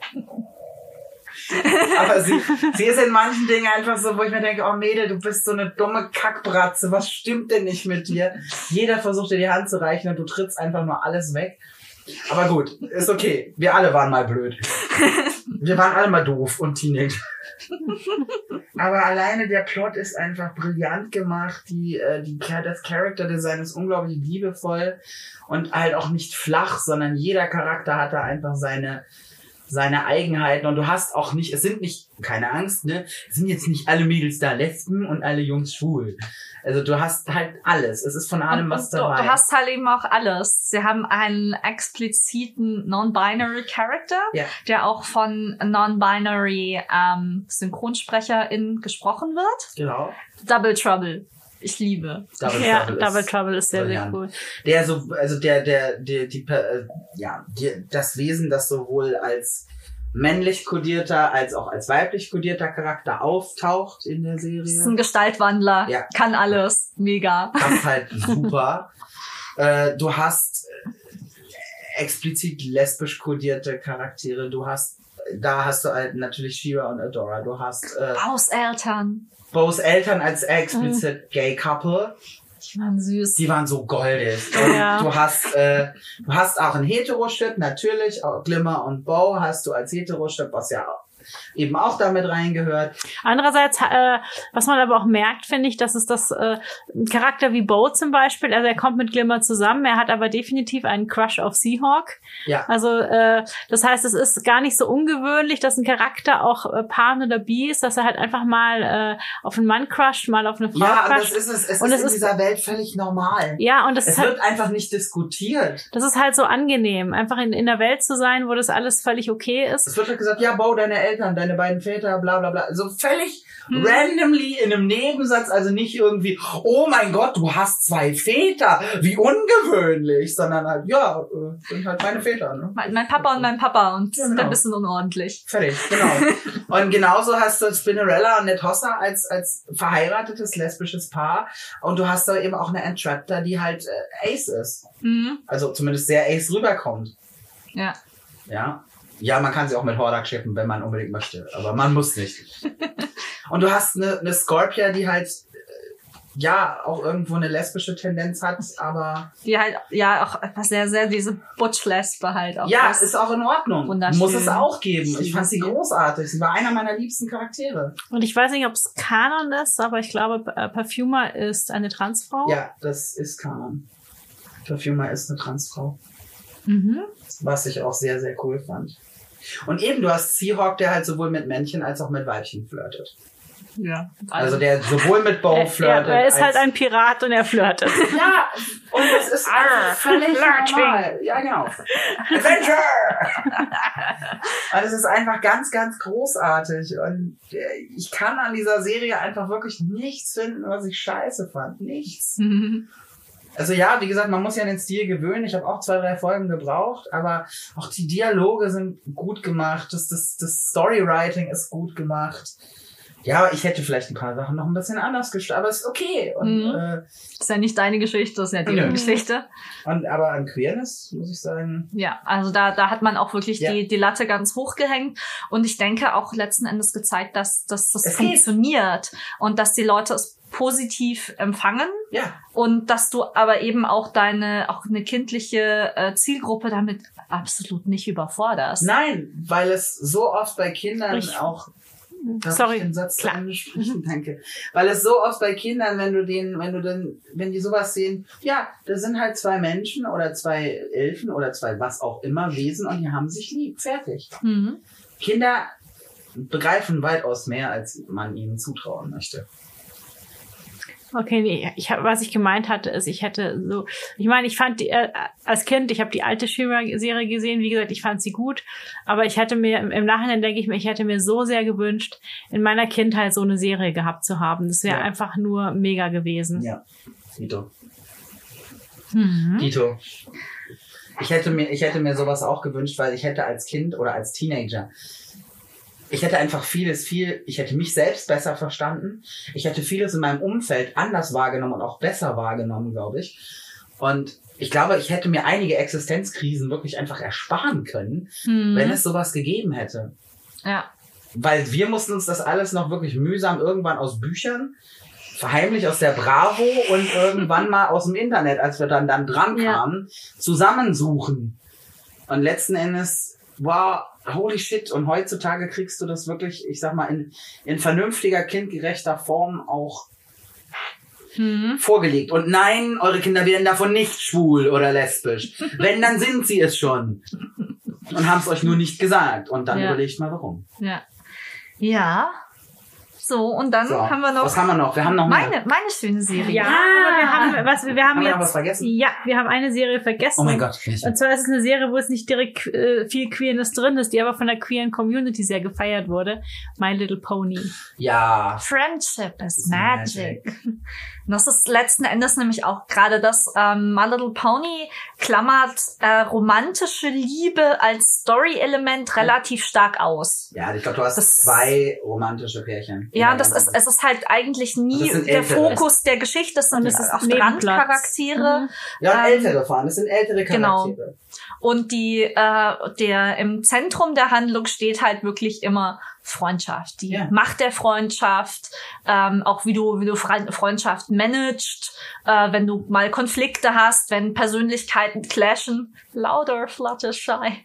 Aber sie, sie ist in manchen Dingen einfach so, wo ich mir denke, oh Mädel, du bist so eine dumme Kackbratze, was stimmt denn nicht mit dir? Jeder versucht dir die Hand zu reichen und du trittst einfach nur alles weg. Aber gut, ist okay. Wir alle waren mal blöd. Wir waren alle mal doof und Teenager. Aber alleine der Plot ist einfach brillant gemacht. Die, äh, die, das Character Design ist unglaublich liebevoll und halt auch nicht flach, sondern jeder Charakter hat da einfach seine seine Eigenheiten und du hast auch nicht, es sind nicht, keine Angst, ne, es sind jetzt nicht alle Mädels da Lesben und alle Jungs schwul. Also du hast halt alles. Es ist von allem was dabei. Du hast halt eben auch alles. Sie haben einen expliziten Non-Binary Character, ja. der auch von Non-Binary ähm, SynchronsprecherInnen gesprochen wird. Genau. Double Trouble. Ich liebe. Double ja, Trouble Double ist Trouble ist sehr, brilliant. Sehr cool. Der so, also der, der, der, die, äh, ja, die, das Wesen, das sowohl als männlich kodierter als auch als weiblich kodierter Charakter auftaucht in der Serie. Das ist ein Gestaltwandler. Ja. Kann alles. Mega. Das ist halt super. äh, du hast explizit lesbisch kodierte Charaktere. Du hast, da hast du halt natürlich She-Ra und Adora. Du hast, äh, Hauseltern. Bo's Eltern als explizit mhm. Gay Couple. Die waren süß. Die waren so goldig. Und ja. du hast, äh, du hast auch einen Hetero-Ship, natürlich. Auch Glimmer und Bo hast du als Hetero-Ship, was ja eben auch damit reingehört. Andererseits, äh, was man aber auch merkt, finde ich, dass es das äh, ein Charakter wie Bo zum Beispiel, also er kommt mit Glimmer zusammen, er hat aber definitiv einen Crush auf Seahawk. Ja. Also äh, das heißt, es ist gar nicht so ungewöhnlich, dass ein Charakter auch äh, Pan oder Bi ist, dass er halt einfach mal äh, auf einen Mann crusht, mal auf eine Frau ja, crusht. Ja, das ist es. Es und ist es in ist, dieser Welt völlig normal. Ja, und das es ist wird halt, einfach nicht diskutiert. Das ist halt so angenehm, einfach in, in der Welt zu sein, wo das alles völlig okay ist. Es wird halt gesagt, ja, Bo, deine Eltern, deine beiden Väter, bla bla bla. So völlig hm. randomly in einem Nebensatz, also nicht irgendwie, oh mein Gott, du hast zwei Väter, wie ungewöhnlich, sondern halt, ja, sind halt meine Väter. Ne? Mein, mein Papa und mein Papa und ja, genau. ein bisschen unordentlich. Fertig, genau. Und genauso hast du Spinnerella und Netossa als als verheiratetes lesbisches Paar und du hast da eben auch eine Entraptor, die halt äh, Ace ist. Mhm. Also zumindest sehr Ace rüberkommt. Ja. Ja. Ja, man kann sie auch mit Hordak schippen, wenn man unbedingt möchte, aber man muss nicht. Und du hast eine, eine Scorpia, die halt ja auch irgendwo eine lesbische Tendenz hat, aber die halt ja auch etwas sehr, sehr diese Butch-Lesbe halt auch. Ja, ist, ist auch in Ordnung. Muss es auch geben. Ich fand sie großartig. Sie war einer meiner liebsten Charaktere. Und ich weiß nicht, ob es Kanon ist, aber ich glaube, Perfuma ist eine Transfrau. Ja, das ist Kanon. Perfuma ist eine Transfrau. Mhm. Was ich auch sehr, sehr cool fand. Und eben, du hast Seahawk, der halt sowohl mit Männchen als auch mit Weibchen flirtet. Ja. Also der sowohl mit Bo flirtet. Ja, er ist halt ein Pirat und er flirtet. Ja, und das ist Arr, völlig flirting. normal. Ja, genau. Adventure! Und es ist einfach ganz, ganz großartig. Und ich kann an dieser Serie einfach wirklich nichts finden, was ich scheiße fand. Nichts. Mhm. Also ja, wie gesagt, man muss ja an den Stil gewöhnen. Ich habe auch zwei, drei Folgen gebraucht, aber auch die Dialoge sind gut gemacht. Das, das, das Storywriting ist gut gemacht. Ja, aber ich hätte vielleicht ein paar Sachen noch ein bisschen anders gestaltet, aber ist okay. Und, Mhm. äh, Das ist ja nicht deine Geschichte, das ist ja die Nö. Geschichte. und aber an Queerness, muss ich sagen. Ja, also da, da hat man auch wirklich Ja. die, die Latte ganz hoch gehängt und ich denke auch letzten Endes gezeigt, dass, dass das Es geht. funktioniert und dass die Leute es positiv empfangen Ja. und dass du aber eben auch deine, auch eine kindliche äh, Zielgruppe damit absolut nicht überforderst. Nein, weil es so oft bei Kindern Ich- auch. Darf Sorry, ich den Satz zu klar. Ende sprechen? Danke. Weil es so oft bei Kindern, wenn du den, wenn du dann, wenn die sowas sehen, ja, da sind halt zwei Menschen oder zwei Elfen oder zwei was auch immer Wesen und die haben sich lieb. Fertig. Mhm. Kinder begreifen weitaus mehr, als man ihnen zutrauen möchte. Okay, nee, ich hab, was ich gemeint hatte, ist, ich hätte so, ich meine, ich fand die, äh, als Kind, ich habe die alte She-Ra-Serie gesehen, wie gesagt, ich fand sie gut, aber ich hätte mir, im, im Nachhinein denke ich mir, ich hätte mir so sehr gewünscht, in meiner Kindheit so eine Serie gehabt zu haben. Das wäre Ja. einfach nur mega gewesen. Ja. Dito. Mhm. Dito. Ich hätte mir, ich hätte mir sowas auch gewünscht, weil ich hätte als Kind oder als Teenager, ich hätte einfach vieles, viel, ich hätte mich selbst besser verstanden. Ich hätte vieles in meinem Umfeld anders wahrgenommen und auch besser wahrgenommen, glaube ich. Und ich glaube, ich hätte mir einige Existenzkrisen wirklich einfach ersparen können, Mhm. wenn es sowas gegeben hätte. Ja. Weil wir mussten uns das alles noch wirklich mühsam irgendwann aus Büchern, verheimlich aus der Bravo und irgendwann mal aus dem Internet, als wir dann, dann dran Ja. kamen, zusammensuchen. Und letzten Endes, wow, holy shit. Und heutzutage kriegst du das wirklich, ich sag mal, in, in vernünftiger, kindgerechter Form auch Mhm. vorgelegt. Und nein, eure Kinder werden davon nicht schwul oder lesbisch. Wenn, dann sind sie es schon. Und haben es euch nur nicht gesagt. Und dann Ja. überlegt mal, warum. Ja. Ja. So, und dann So, haben wir noch was haben wir noch? Wir haben noch mehr. meine, meine schöne Serie. Ja, aber wir haben, was, wir haben Haben wir jetzt, noch was vergessen? ja, wir haben eine Serie vergessen. Oh mein Gott. welche? Und zwar ist es eine Serie, wo es nicht direkt äh, viel Queerness drin ist, die aber von der queeren Community sehr gefeiert wurde. My Little Pony. Ja. Friendship is Is magic. Und das ist letzten Endes nämlich auch gerade das, ähm, My Little Pony klammert äh, romantische Liebe als Story-Element relativ stark aus. Ja, ich glaube, du hast Das- zwei romantische Pärchen. Ja, das ist, es ist halt eigentlich nie Das sind der ältere. Fokus der Geschichte, es sind Und es ist auch Nebenplatz. Randcharaktere. Mhm. Ja, und ähm, ältere vor allem. Es sind ältere genau. Charaktere. Und die, äh, der im Zentrum der Handlung steht halt wirklich immer Freundschaft. Die Ja. Macht der Freundschaft, ähm, auch wie du, wie du Fre- Freundschaft managst, äh, wenn du mal Konflikte hast, wenn Persönlichkeiten clashen. Louder, Fluttershy.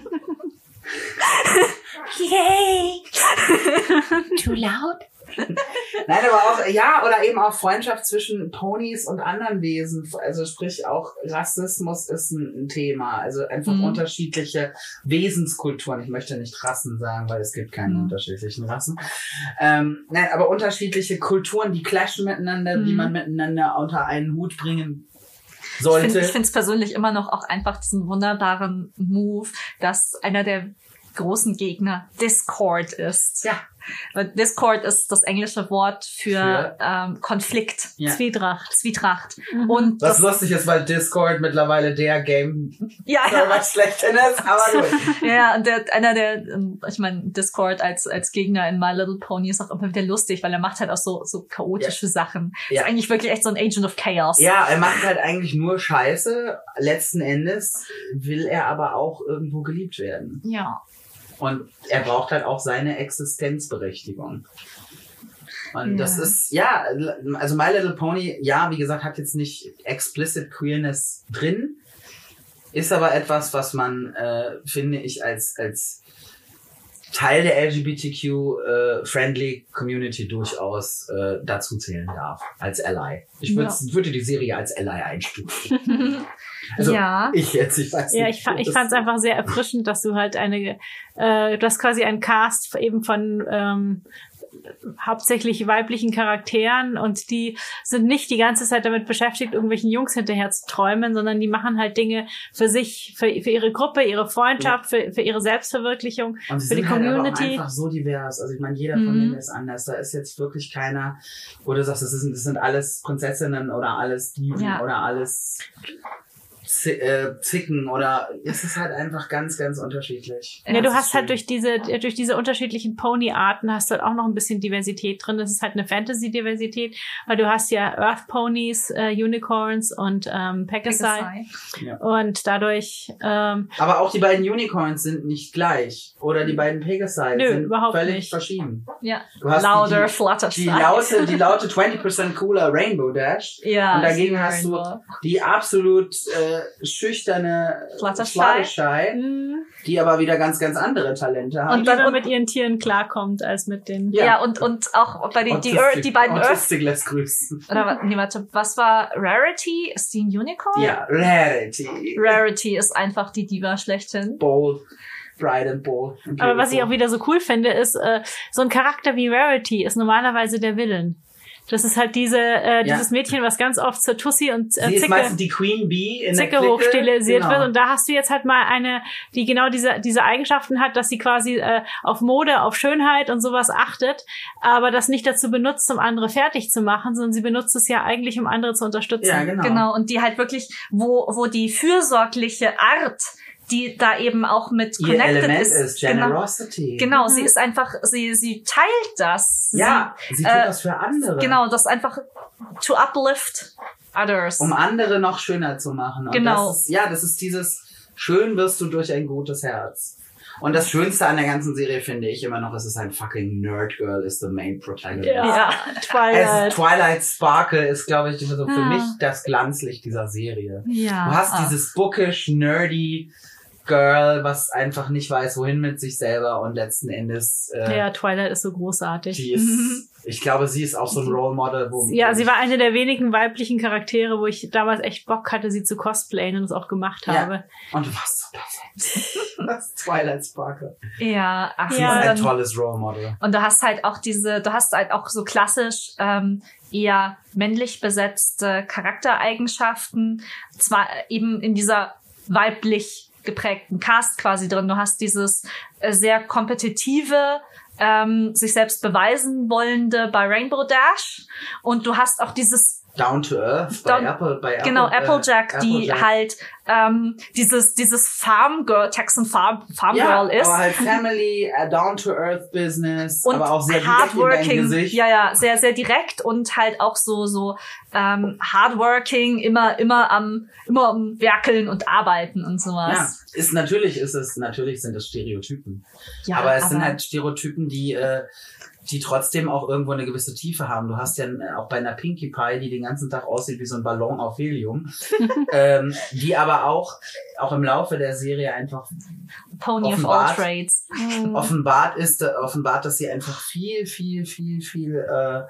Yay! Too loud? Nein, aber auch, ja, oder eben auch Freundschaft zwischen Ponys und anderen Wesen. Also sprich auch Rassismus ist ein, ein Thema. Also einfach Mhm. unterschiedliche Wesenskulturen. Ich möchte nicht Rassen sagen, weil es gibt keine Mhm. unterschiedlichen Rassen. Ähm, nein, aber unterschiedliche Kulturen, die clashen miteinander, die Mhm. man miteinander unter einen Hut bringen Ich sollte. finde ich finde es persönlich immer noch auch einfach diesen wunderbaren Move, dass einer der großen Gegner Discord ist. Ja. Weil Discord ist das englische Wort für, Für? ähm, Konflikt, Ja. Zwietracht. Zwietracht. Mhm. Und Was das, lustig ist, weil Discord mittlerweile der Game ja, Server ja, schlechthin ist, aber gut. ja, und der, einer der, ähm, ich meine, Discord als als Gegner in My Little Pony ist auch immer wieder lustig, weil er macht halt auch so so chaotische Sachen. Ja. Ist eigentlich wirklich echt so ein Agent of Chaos. Ja, er macht halt eigentlich nur Scheiße. Letzten Endes will er aber auch irgendwo geliebt werden. Ja. Und er braucht halt auch seine Existenzberechtigung. Und Ja. das ist, ja, also My Little Pony, ja, wie gesagt, hat jetzt nicht explicit Queerness drin, ist aber etwas, was man, äh, finde ich, als, als Teil der L G B T Q-friendly Community durchaus äh, dazu zählen darf, als Ally. Ich würd, Ja. würde die Serie als Ally einstufen. Also ja. ich jetzt, ich weiß nicht. Ja, ich, fa- ich Das- fand es einfach sehr erfrischend, dass du halt eine, äh, du hast quasi einen Cast eben von ähm, hauptsächlich weiblichen Charakteren und die sind nicht die ganze Zeit damit beschäftigt, irgendwelchen Jungs hinterher zu träumen, sondern die machen halt Dinge für sich, für, für ihre Gruppe, ihre Freundschaft, für, für ihre Selbstverwirklichung, Und sie für die sind halt aber auch Community. einfach so divers. Also ich meine, jeder von Mhm. denen ist anders. Da ist jetzt wirklich keiner, wo du sagst, das, ist, das sind alles Prinzessinnen oder alles Diven Ja. oder alles Z- äh, zicken oder es ist halt einfach ganz, ganz unterschiedlich. Ja, du Das hast ist halt schön. durch diese, durch diese unterschiedlichen Pony-Arten hast du halt auch noch ein bisschen Diversität drin. Das ist halt eine Fantasy-Diversität, weil du hast ja Earth Ponys, äh, Unicorns und ähm, Pegasi. Pegasi. Ja. Und dadurch, ähm, Aber auch die beiden Unicorns sind nicht gleich. Oder die beiden Pegasi Nö, sind überhaupt völlig nicht. verschieden. Ja. Du hast Louder, die, Fluttershy. die, die laute, die laute twenty percent cooler Rainbow Dash. Ja, und dagegen ich hast du Rainbow. die absolut äh, schüchterne Fluttershy. Fluttershy, mh, die aber wieder ganz, ganz andere Talente hat. und dann mit ihren Tieren klarkommt als mit den. Ja. Ja, und, und auch bei den, die, Autistic- Earth, die beiden Earth, Autistic lässt grüßen. oder wa- nee, warte, was war Rarity? Ist die ein Unicorn? Ja, Rarity. Rarity ist einfach die Diva schlechthin. Bold. Bright and bold. and Aber was ich auch beautiful. wieder so cool finde, ist, äh, so ein Charakter wie Rarity ist normalerweise der Villain. Das ist halt diese, äh, Ja. dieses Mädchen, was ganz oft zur Tussi und äh, Sie ist Zicke, meistens die Queen Bee in der Zicke Clique. hochstilisiert Genau. wird. Und da hast du jetzt halt mal eine, die genau diese, diese Eigenschaften hat, dass sie quasi äh, auf Mode, auf Schönheit und sowas achtet, aber das nicht dazu benutzt, um andere fertig zu machen, sondern sie benutzt es ja eigentlich, um andere zu unterstützen. Ja, genau. Genau, und die halt wirklich, wo, wo die fürsorgliche Art, die da eben auch mit Ihr connected Element ist. ist genau, Generosity. genau Mhm. sie ist einfach, sie, sie teilt das. Ja, sie tut äh, das für andere. Sie, genau, das einfach to uplift others. Um andere noch schöner zu machen. Und Genau. Das ist, ja, das ist dieses, schön wirst du durch ein gutes Herz. Und das Schönste an der ganzen Serie finde ich immer noch, es ist ein fucking Nerd Girl is the main protagonist. Ja, Ja. Twilight. Es, Twilight Sparkle ist, glaube ich, so für Ah. mich das Glanzlicht dieser Serie. ja. Du hast ah. dieses bookish, nerdy Girl, was einfach nicht weiß, wohin mit sich selber und letzten Endes, äh, Ja, Twilight ist so großartig. die ist, ich glaube, sie ist auch so ein Role Model, wo, Ja, wo sie ich- war eine der wenigen weiblichen Charaktere, wo ich damals echt Bock hatte, sie zu cosplayen und es auch gemacht Ja. habe. und du warst so perfekt. Das ist Twilight Sparkle. Ja, ach, Sie Ja, ist ein dann, tolles Role Model. und du hast halt auch diese, du hast halt auch so klassisch ähm, eher männlich besetzte Charaktereigenschaften, zwar eben in dieser weiblich geprägten Cast quasi drin. Du hast dieses äh, sehr kompetitive, ähm, sich selbst beweisen wollende bei Rainbow Dash und du hast auch dieses Down to Earth bei Down- Apple, bei genau Apple, Applejack, äh, die Applejack. halt ähm, dieses dieses Farm Girl, Texan Farm Farm ja, Girl ist. aber halt Family, äh, Down to Earth Business, Und aber auch sehr direkt in dein hardworking, Gesicht. ja, ja, sehr, sehr direkt und halt auch so, so, ähm, hardworking, immer, immer am, immer am Werkeln und Arbeiten und Ja, sowas. ist natürlich ist es natürlich sind es Stereotypen, Ja, aber es sind halt Stereotypen, die äh, die trotzdem auch irgendwo eine gewisse Tiefe haben. Du hast ja äh, auch bei einer Pinkie Pie, die den ganzen Tag aussieht wie so ein Ballon auf Helium, ähm, die aber auch auch im Laufe der Serie einfach Pony of all offenbart. trades. offenbart ist, äh, offenbart, dass sie einfach viel, viel, viel, viel, äh,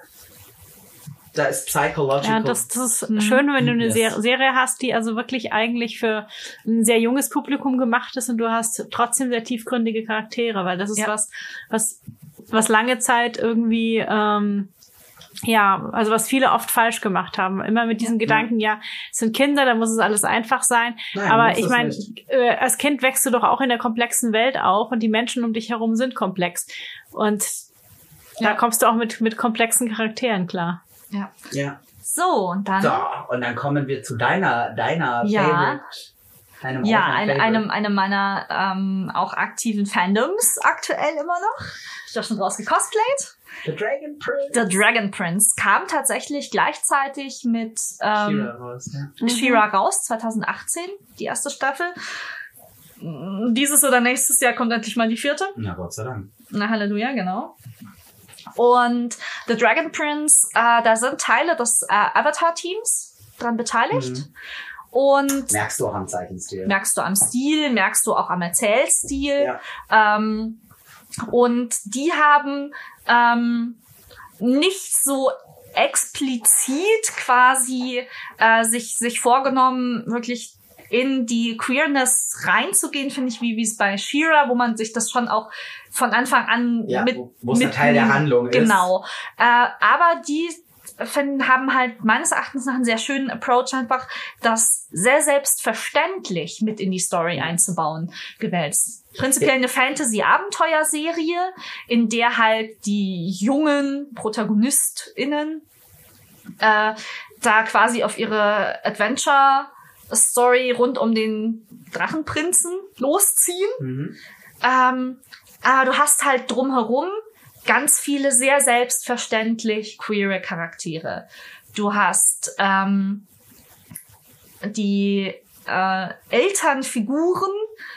da ist psychological. Ja, das, das ist Mhm. schön, wenn du eine Yes. Ser- Serie hast, die also wirklich eigentlich für ein sehr junges Publikum gemacht ist und du hast trotzdem sehr tiefgründige Charaktere, weil das ist Ja. was, was, was lange Zeit irgendwie, ähm, ja, also was viele oft falsch gemacht haben. Immer mit diesem Gedanken, ja, es sind Kinder, da muss es alles einfach sein. Nein, Aber muss ich es meine, nicht. äh, als Kind wächst du doch auch in der komplexen Welt auf und die Menschen um dich herum sind komplex. Und da Ja. kommst du auch mit, mit komplexen Charakteren klar. Ja. Ja. So, und dann, So, und dann kommen wir zu deiner, deiner Ja. Favorite. Deinem ja, all-time ein, Favorite. einem, einem meiner, ähm, auch aktiven Fandoms aktuell immer noch. Hab ich auch schon draus gecosplayt. The Dragon Prince. The Dragon Prince kam tatsächlich gleichzeitig mit, ähm, She-Ra raus, ja. She-Ra raus, zwanzig achtzehn, die erste Staffel. Dieses oder nächstes Jahr kommt endlich mal die vierte. Na, Gott sei Dank. Na, Halleluja, genau. Und The Dragon Prince, äh, da sind Teile des äh, Avatar-Teams dran beteiligt. Mhm. Und Merkst du auch am Zeichenstil. merkst du am Stil, merkst du auch am Erzählstil. Ja. Ähm, und die haben ähm, nicht so explizit quasi äh, sich sich vorgenommen, wirklich in die Queerness reinzugehen, finde ich, wie wie es bei She-Ra, wo man sich das schon auch von Anfang an Ja, mit wo es ein Teil der Handlung ist. Genau. Äh, aber die finden, haben halt meines Erachtens nach einen sehr schönen Approach, einfach das sehr selbstverständlich mit in die Story einzubauen gewählt. Prinzipiell eine Fantasy-Abenteuerserie, in der halt die jungen ProtagonistInnen äh, da quasi auf ihre Adventure Story rund um den Drachenprinzen losziehen. Mhm. Ähm, aber du hast halt drumherum ganz viele sehr selbstverständlich queere Charaktere. Du hast ähm, die äh, Elternfiguren,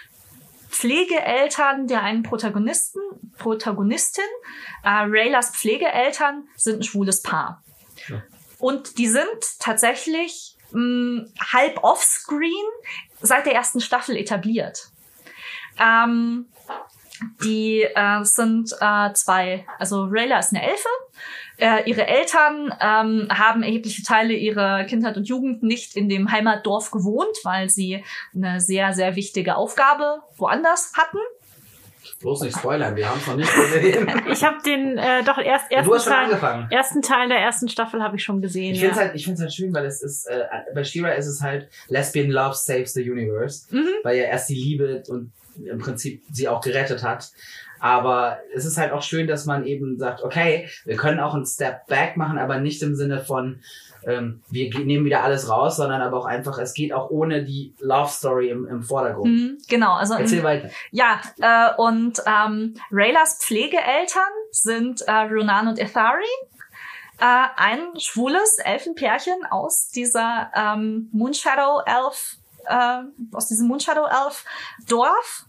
Pflegeeltern der einen Protagonisten, Protagonistin. Äh, Raylas Pflegeeltern sind ein schwules Paar. Ja. Und die sind tatsächlich mh, halb offscreen seit der ersten Staffel etabliert. Ähm, die äh, sind äh, zwei, also Rayla ist eine Elfe. Äh, ihre Eltern ähm, haben erhebliche Teile ihrer Kindheit und Jugend nicht in dem Heimatdorf gewohnt, weil sie eine sehr, sehr wichtige Aufgabe woanders hatten. Bloß nicht spoilern, wir haben es noch nicht gesehen. Ich habe den äh, doch erst ersten Du hast schon Teil, angefangen. ersten Teil der ersten Staffel habe ich schon gesehen. Ich ja. finde es halt, ich find's halt schön, weil es ist, äh, bei She-Ra ist es halt, Lesbian Love saves the universe, Mhm. weil ja erst die Liebe und im Prinzip sie auch gerettet hat. Aber es ist halt auch schön, dass man eben sagt, okay, wir können auch einen Step back machen, aber nicht im Sinne von, ähm, wir ge- nehmen wieder alles raus, sondern aber auch einfach, es geht auch ohne die Love Story im, im Vordergrund. Mhm, genau, also Erzähl im, weiter. ja, äh, und ähm, Raylas Pflegeeltern sind äh, Ronan und Ethari, äh, ein schwules Elfenpärchen aus dieser ähm, Moonshadow Elf, äh, aus diesem Moonshadow Elf Dorf.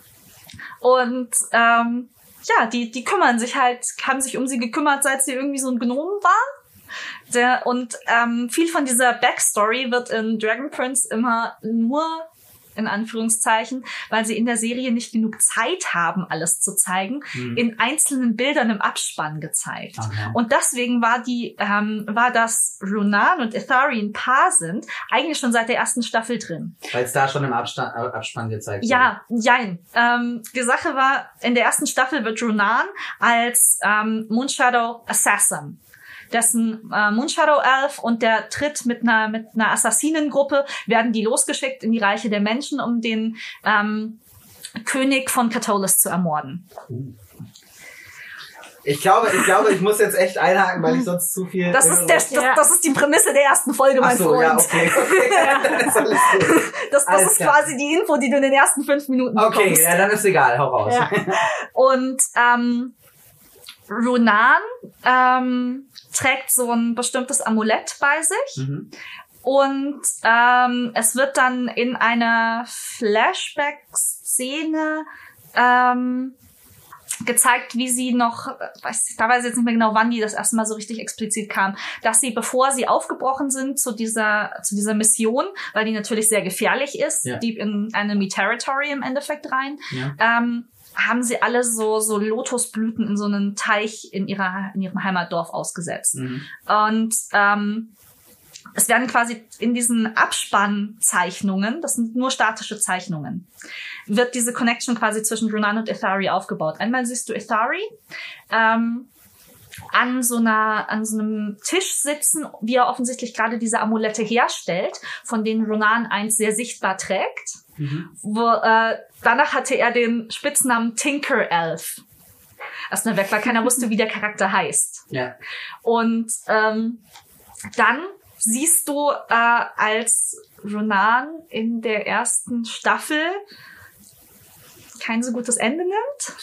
Und ähm, ja, die die kümmern sich halt, haben sich um sie gekümmert, seit sie irgendwie so ein Gnom war. Der, und ähm, viel von dieser Backstory wird in Dragon Prince immer nur, in Anführungszeichen, weil sie in der Serie nicht genug Zeit haben, alles zu zeigen, Mhm. in einzelnen Bildern im Abspann gezeigt. Okay. Und deswegen war die, ähm, war das Ronan und Ethari ein Paar sind, eigentlich schon seit der ersten Staffel drin. Weil es da schon im Abstand, äh, Abspann gezeigt Ja, jein. Ähm, die Sache war, in der ersten Staffel wird Ronan als ähm, Moonshadow Assassin, dessen äh, Moonshadow Elf, und der tritt mit einer mit einer Assassinengruppe, werden die losgeschickt in die Reiche der Menschen, um den ähm, König von Katolis zu ermorden. wurde. Ich glaube, ich glaube, ich muss jetzt echt einhaken, weil ich sonst zu viel... Das ist, der, das, Ja. das ist die Prämisse der ersten Folge, Ach mein so, Freund. ja, okay. okay. Dann ist alles gut. Das, das Alles ist klar. quasi die Info, die du in den ersten fünf Minuten Okay, bekommst. ja, dann ist egal, hau raus. Ja. Und ähm, Ronan ähm, trägt so ein bestimmtes Amulett bei sich. Mhm. Und ähm, es wird dann in einer Flashback-Szene ähm, gezeigt, wie sie noch, weiß, da weiß ich jetzt nicht mehr genau, wann die das erste Mal so richtig explizit kam, dass sie, bevor sie aufgebrochen sind zu dieser zu dieser Mission, weil die natürlich sehr gefährlich ist, Ja. deep in Enemy Territory im Endeffekt rein, Ja. ähm, haben sie alle so so Lotusblüten in so einen Teich in ihrer in ihrem Heimatdorf ausgesetzt. Mhm. Und ähm, es werden quasi in diesen Abspannzeichnungen, das sind nur statische Zeichnungen, wird diese Connection quasi zwischen Ronan und Ethari aufgebaut. Einmal siehst du Ethari ähm, an so einer an so einem Tisch sitzen, wie er offensichtlich gerade diese Amulette herstellt, von denen Ronan eins sehr sichtbar trägt. Mhm. Wo, äh, danach hatte er den Spitznamen Tinker Elf. Erstmal weg, weil keiner wusste, wie der Charakter heißt. Ja. Und ähm, dann siehst du, äh, als Ronan in der ersten Staffel kein so gutes Ende nimmt,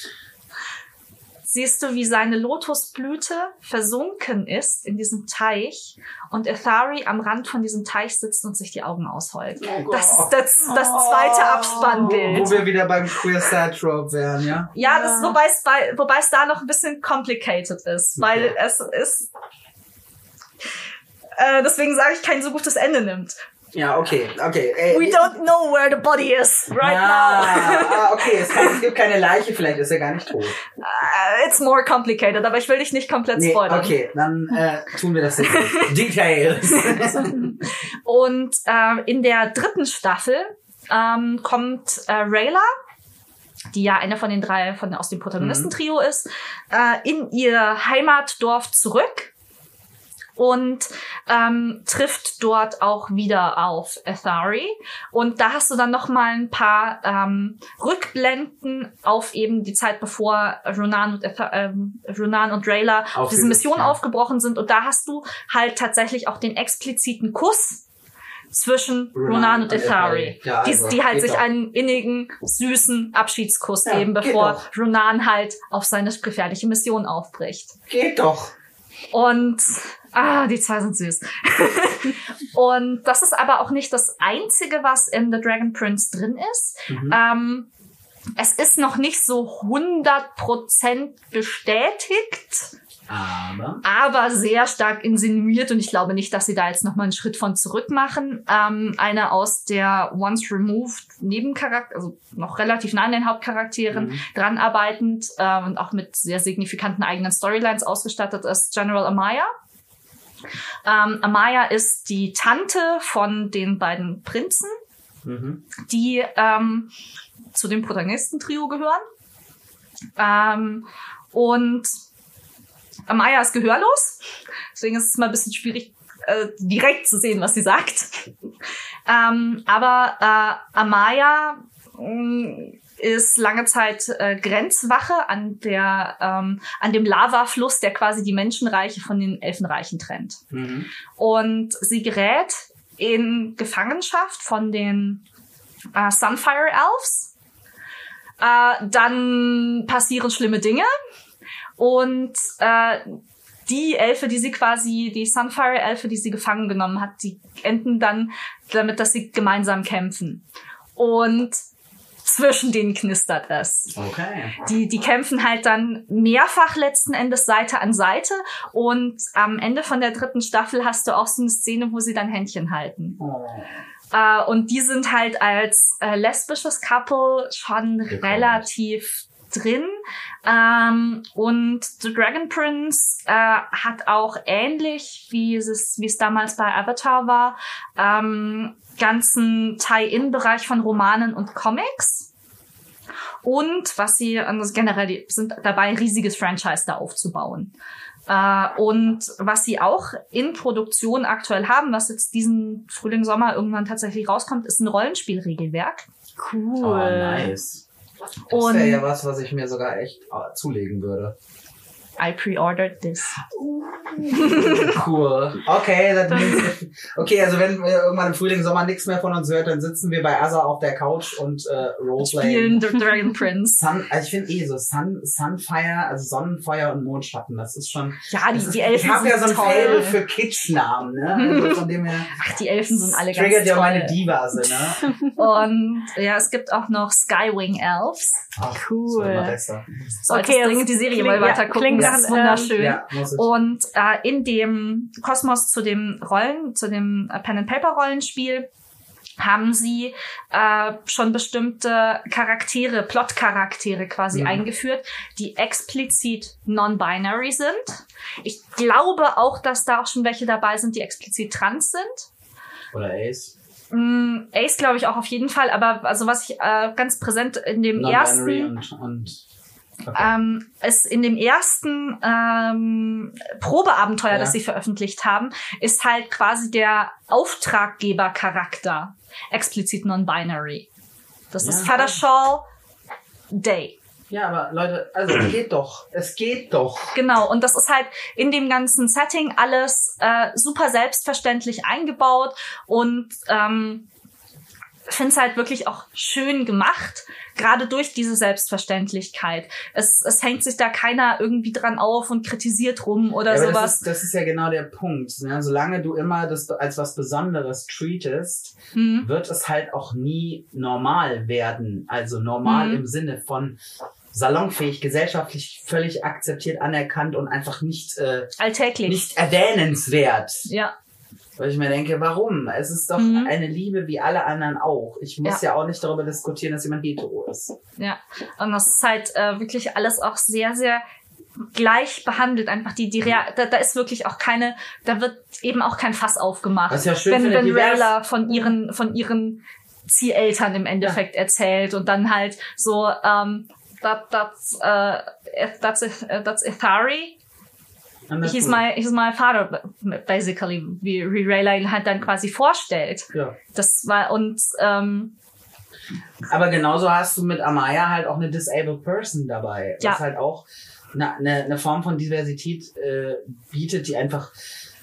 siehst du, wie seine Lotusblüte versunken ist in diesem Teich und Ethari am Rand von diesem Teich sitzt und sich die Augen ausheult. Oh Das ist Gott. das, das zweite Abspannbild. Wo wir wieder beim Queer Sad Trope wären, ja? Ja, das, wobei es bei, wobei es da noch ein bisschen complicated ist, weil Okay. es ist, äh, deswegen sage ich, kein so gutes Ende nimmt. Ja, okay, okay. Ey, We don't know where the body is right ah, now. ah, okay, es, kann, es gibt keine Leiche, vielleicht ist er gar nicht tot. Uh, it's more complicated, aber ich will dich nicht komplett Nee, spoilern. okay, dann äh, tun wir das jetzt nicht. Details. Und äh, in der dritten Staffel ähm, kommt äh, Rayla, die ja eine von den drei von aus dem Protagonistentrio ist, äh, in ihr Heimatdorf zurück und ähm, trifft dort auch wieder auf Ethari. Und da hast du dann noch mal ein paar ähm, Rückblenden auf eben die Zeit, bevor Ronan und, Eth- ähm, Ronan und Rayla auf diese Aufgesetzt, Mission ja. aufgebrochen sind. Und da hast du halt tatsächlich auch den expliziten Kuss zwischen Ronan Ronan und und Ithari. Ithari. Ja, die, also, die halt geht sich doch. einen innigen, süßen Abschiedskuss Ja, geben, geht bevor doch. Ronan halt auf seine gefährliche Mission aufbricht. Geht doch. Und, ah, die zwei sind süß. Und das ist aber auch nicht das Einzige, was in The Dragon Prince drin ist. Mhm. Ähm, es ist noch nicht so hundert Prozent bestätigt, Aber. aber sehr stark insinuiert, und ich glaube nicht, dass sie da jetzt nochmal einen Schritt von zurück machen. Ähm, eine aus der Once Removed Nebencharakter, also noch relativ nah an den Hauptcharakteren Mhm. dran arbeitend äh, und auch mit sehr signifikanten eigenen Storylines ausgestattet ist, General Amaya. Ähm, Amaya ist die Tante von den beiden Prinzen, Mhm. die ähm, zu dem Protagonistentrio gehören. Ähm, und Amaya ist gehörlos, deswegen ist es mal ein bisschen schwierig, äh, direkt zu sehen, was sie sagt. Ähm, aber äh, Amaya mh, ist lange Zeit äh, Grenzwache an der ähm, an dem Lavafluss, der quasi die Menschenreiche von den Elfenreichen trennt. Mhm. Und sie gerät in Gefangenschaft von den äh, Sunfire Elves. Äh, dann passieren schlimme Dinge. Und äh, die Elfe, die sie quasi, die Sunfire-Elfe, die sie gefangen genommen hat, die enden dann damit, dass sie gemeinsam kämpfen. Und zwischen denen knistert es. Okay. Die, die kämpfen halt dann mehrfach letzten Endes Seite an Seite. Und am Ende von der dritten Staffel hast du auch so eine Szene, wo sie dann Händchen halten. Oh. Äh, und die sind halt als äh, lesbisches Couple schon Gekommen. relativ drin. Ähm, und The Dragon Prince äh, hat auch ähnlich, wie es, wie es damals bei Avatar war, ähm, ganzen Tie-In-Bereich von Romanen und Comics. Und was sie, also generell, die sind dabei, ein riesiges Franchise da aufzubauen. Äh, und was sie auch in Produktion aktuell haben, was jetzt diesen Frühling, Sommer irgendwann tatsächlich rauskommt, ist ein Rollenspielregelwerk. Cool. Oh, nice. Das Und wäre ja was, was ich mir sogar echt äh, zulegen würde. I pre-ordered this. Cool. Okay, that means, okay, also wenn wir irgendwann im Frühling, Sommer nichts mehr von uns hört, dann sitzen wir bei Asa auf der Couch und äh, Spielen Roleplayen. The Dragon Prince. Sun, also ich finde eh so Sun, Sunfire, also Sonnenfeuer und Mondschatten, das ist schon. Ja, die, das ist, die Elfen ich habe ja so ein sind toll. Faible für Kitschnamen, ne? Also von dem her. Ach, die Elfen sind alle ganz Triggert ja toll. meine Divase, ne? Und ja, es gibt auch noch Skywing Elves. Ach, Cool. das war immer besser. Solltest Okay, dringend das die Serie klingt- mal ja, weiter gucken. klingt Das nach, ist wunderschön. Ja, muss ich. Und äh, in dem Kosmos zu dem Rollen, zu dem äh, Pen-and-Paper-Rollenspiel haben sie äh, schon bestimmte Charaktere, Plot-Charaktere quasi Mhm. eingeführt, die explizit non-binary sind. Ich glaube auch, dass da auch schon welche dabei sind, die explizit trans sind. Oder Ace. Mm, Ace glaube ich auch auf jeden Fall, aber also was ich äh, ganz präsent in dem Non-binary ersten und, und okay. ähm, ist in dem ersten ähm, Probeabenteuer, Ja. das sie veröffentlicht haben, ist halt quasi der Auftraggeber-Charakter explizit non-binary. Das Ja, ist voll. Fathershall Day. Ja, aber Leute, also es geht doch. Es geht doch. Genau, und das ist halt in dem ganzen Setting alles äh, super selbstverständlich eingebaut und ähm, ich finde es halt wirklich auch schön gemacht, gerade durch diese Selbstverständlichkeit. Es, es hängt sich da keiner irgendwie dran auf und kritisiert rum oder Ja, aber sowas. das ist, das ist ja genau der Punkt. Ne? Solange du immer das als was Besonderes treatest, Mhm. wird es halt auch nie normal werden. Also normal Mhm. im Sinne von salonfähig, gesellschaftlich völlig akzeptiert, anerkannt und einfach nicht, äh, Alltäglich. nicht erwähnenswert. Ja. Weil ich mir denke, warum? Es ist doch Mhm. eine Liebe wie alle anderen auch. Ich muss ja. auch nicht darüber diskutieren, dass jemand hetero ist. Ja, und das ist halt äh, wirklich alles auch sehr, sehr gleich behandelt. Einfach die, die Rea- da, da ist wirklich auch keine, da wird eben auch kein Fass aufgemacht. Was ja schön wenn finde, wenn divers- Rayla von ihren, von ihren Zieheltern im Endeffekt erzählt und dann halt so, ähm, that, that's, uh, that's, uh, that's Ithari. Und das He's gut. my, he's my father, basically, wie, wie Rayla ihn halt dann quasi vorstellt. Ja. Das war, und, ähm, Aber genauso hast du mit Amaya halt auch eine disabled person dabei, Ja. was halt auch eine, eine, eine Form von Diversität äh, bietet, die einfach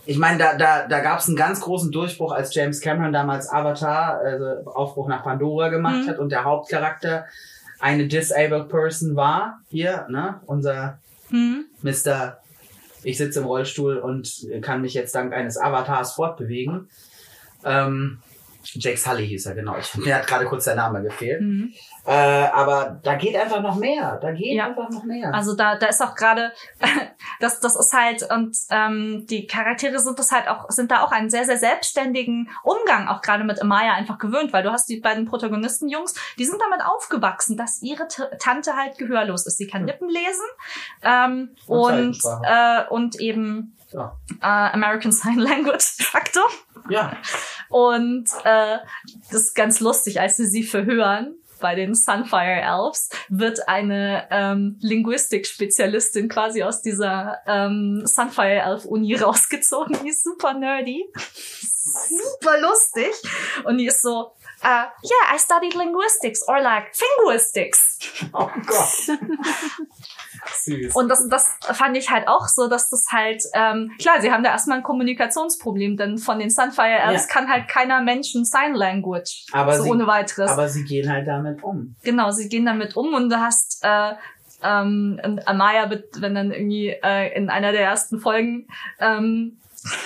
ich meine, da, da, da gab es einen ganz großen Durchbruch, als James Cameron damals Avatar, also Aufbruch nach Pandora gemacht mhm. hat und der Hauptcharakter eine disabled person war. Hier, ne, unser mhm. Mister Ich sitze im Rollstuhl und kann mich jetzt dank eines Avatars fortbewegen. Ähm, Jake Sully hieß er, genau. Ich, mir hat gerade kurz der Name gefehlt. Mhm. Äh, aber da geht einfach noch mehr. Da geht ja. einfach noch mehr. Also da, da ist auch gerade, das, das ist halt, und ähm, die Charaktere sind das halt auch, sind da auch einen sehr, sehr selbstständigen Umgang auch gerade mit Amaya einfach gewöhnt, weil du hast die beiden Protagonisten-Jungs, die sind damit aufgewachsen, dass ihre T- Tante halt gehörlos ist. Sie kann Lippen lesen ähm, und, und, äh, und eben ja. äh, American Sign Language de facto. Ja. Und äh, das ist ganz lustig, als sie sie verhören bei den Sunfire Elves, wird eine ähm, Linguistik-Spezialistin quasi aus dieser ähm, Sunfire Elf-Uni rausgezogen. Die ist super nerdy, super lustig. Und die ist so, uh, yeah, I studied linguistics or like finguistics. Oh Gott. Süß. Und das, das fand ich halt auch so, dass das halt, ähm, klar, sie haben da erstmal ein Kommunikationsproblem, denn von den Sunfire Elves ja. kann halt keiner Menschen Sign Language, aber so sie, ohne weiteres. Aber sie gehen halt damit um. Genau, sie gehen damit um und du hast äh, ähm, Amaya, wenn dann irgendwie äh, in einer der ersten Folgen ähm,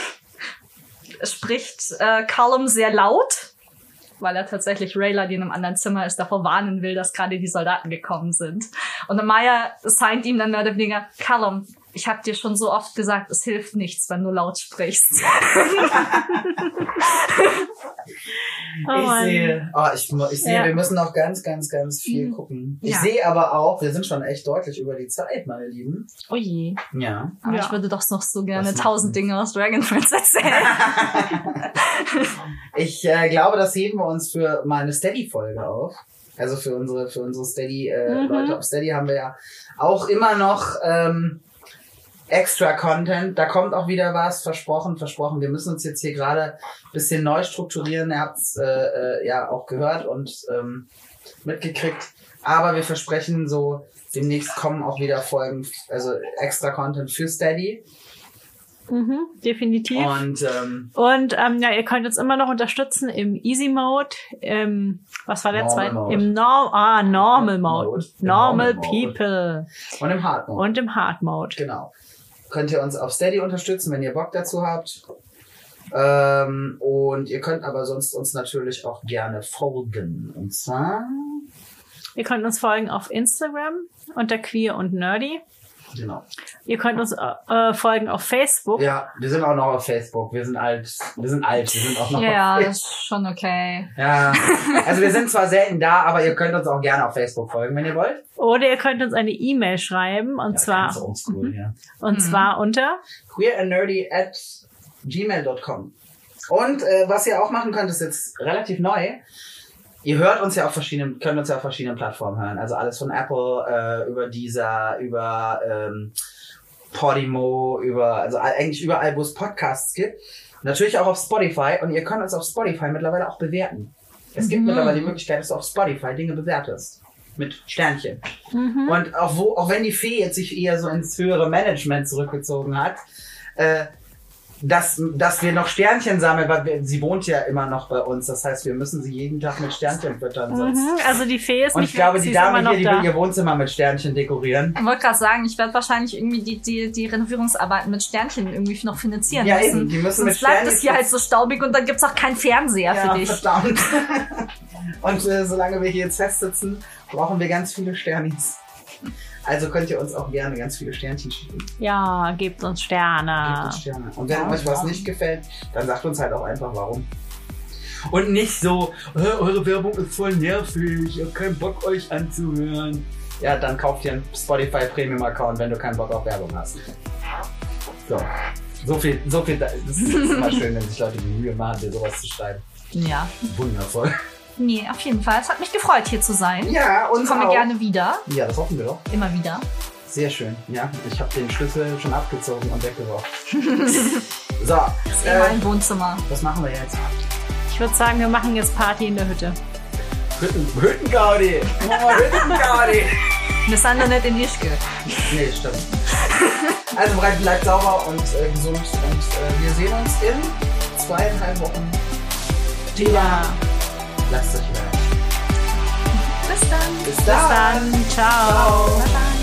spricht äh, Callum sehr laut, weil er tatsächlich Rayla, die in einem anderen Zimmer ist, davor warnen will, dass gerade die Soldaten gekommen sind. Und Amaya signed ihm dann mehr oder weniger, Callum, ich hab dir schon so oft gesagt, es hilft nichts, wenn du laut sprichst. Oh ich sehe, oh, ich, ich sehe, ja. wir müssen noch ganz, ganz, ganz viel gucken. Ich ja. sehe aber auch, wir sind schon echt deutlich über die Zeit, meine Lieben. Oh je. Ja. Aber ja. ich würde doch noch so gerne tausend Dinge aus Dragon Prince erzählen. Ich äh, glaube, das heben wir uns für mal eine Steady-Folge auf. Also für unsere, für unsere Steady, äh, mhm. Leute auf Steady haben wir ja auch immer noch ähm, extra Content, da kommt auch wieder was, versprochen, versprochen. Wir müssen uns jetzt hier gerade ein bisschen neu strukturieren. Ihr habt es äh, äh, ja auch gehört und ähm, mitgekriegt. Aber wir versprechen so, demnächst kommen auch wieder Folgen, also extra Content für Steady. Mhm, definitiv. Und, ähm, und ähm, ja, ihr könnt uns immer noch unterstützen im Easy Mode, im, was war der zweite? Im Norm, ah, Normal Mode. Mode. Normal, Normal People. Mode. Und im Hard Mode. Und im Hard Mode. Genau. Könnt ihr uns auf Steady unterstützen, wenn ihr Bock dazu habt. Ähm, und ihr könnt aber sonst uns natürlich auch gerne folgen. Und zwar... Ihr könnt uns folgen auf Instagram unter Queer und Nerdy. Genau. Ihr könnt uns äh, folgen auf Facebook. Ja, wir sind auch noch auf Facebook. Wir sind alt. Wir sind alt. Wir sind auch noch ja, auf Facebook. Ja, das ist schon okay. Ja, also wir sind zwar selten da, aber ihr könnt uns auch gerne auf Facebook folgen, wenn ihr wollt. Oder ihr könnt uns eine E-Mail schreiben und ja, zwar oldschool, ja. und mhm. zwar unter queerandnerdy at gmail dot com. Und äh, was ihr auch machen könnt, ist jetzt relativ neu. Ihr hört uns ja auf verschiedenen, könnt uns ja auf verschiedenen Plattformen hören. Also alles von Apple, äh, über Deezer, über ähm, Podimo, über, also eigentlich überall, wo es Podcasts gibt. Natürlich auch auf Spotify. Und ihr könnt uns auf Spotify mittlerweile auch bewerten. Es gibt mhm. mittlerweile die Möglichkeit, dass du auf Spotify Dinge bewertest. Mit Sternchen. Mhm. Und auch, wo, auch wenn die Fee jetzt sich eher so ins höhere Management zurückgezogen hat, äh, dass, dass wir noch Sternchen sammeln, weil wir, sie wohnt ja immer noch bei uns. Das heißt, wir müssen sie jeden Tag mit Sternchen füttern. Sonst. Mhm, also die Fee ist und nicht ich glaube, weg, die Dame hier, die da. will ihr Wohnzimmer mit Sternchen dekorieren. Ich wollte gerade sagen, ich werde wahrscheinlich irgendwie die, die, die Renovierungsarbeiten mit Sternchen irgendwie noch finanzieren ja, müssen. Eben, die müssen Sonst mit bleibt Sternchen es hier halt so staubig und dann gibt's auch keinen Fernseher ja, für dich. Verdammt. Und äh, solange wir hier jetzt festsitzen, brauchen wir ganz viele Sternis. Also könnt ihr uns auch gerne ganz viele Sternchen schicken. Ja, gebt uns Sterne. Gebt uns Sterne. Und wenn ja, euch was nicht gefällt, dann sagt uns halt auch einfach warum. Und nicht so, eure Werbung ist voll nervig, ich hab keinen Bock euch anzuhören. Ja, dann kauft ihr einen Spotify Premium Account, wenn du keinen Bock auf Werbung hast. So, so viel, so viel, das ist immer schön, wenn sich Leute die Mühe machen, dir sowas zu schreiben. Ja. Wundervoll. Nee, auf jeden Fall. Es hat mich gefreut, hier zu sein. Ja, und ich komme auch. gerne wieder. Ja, das hoffen wir doch. Immer wieder. Sehr schön. Ja, ich habe den Schlüssel schon abgezogen und weggeworfen. So. Das ist äh, immer im Wohnzimmer. Was machen wir jetzt? Ich würde sagen, wir machen jetzt Party in der Hütte. Hütten, Hüttengaudi. Oh, Hüttengaudi. Wir sind doch nicht in Ischgl. Nee, stimmt. Also bleibt sauber und äh, gesund und äh, wir sehen uns in zweieinhalb Wochen. Ja. Lasst euch überraschen. Bis dann. Bis Bis dann. dann. Ciao. Ciao. Bye bye.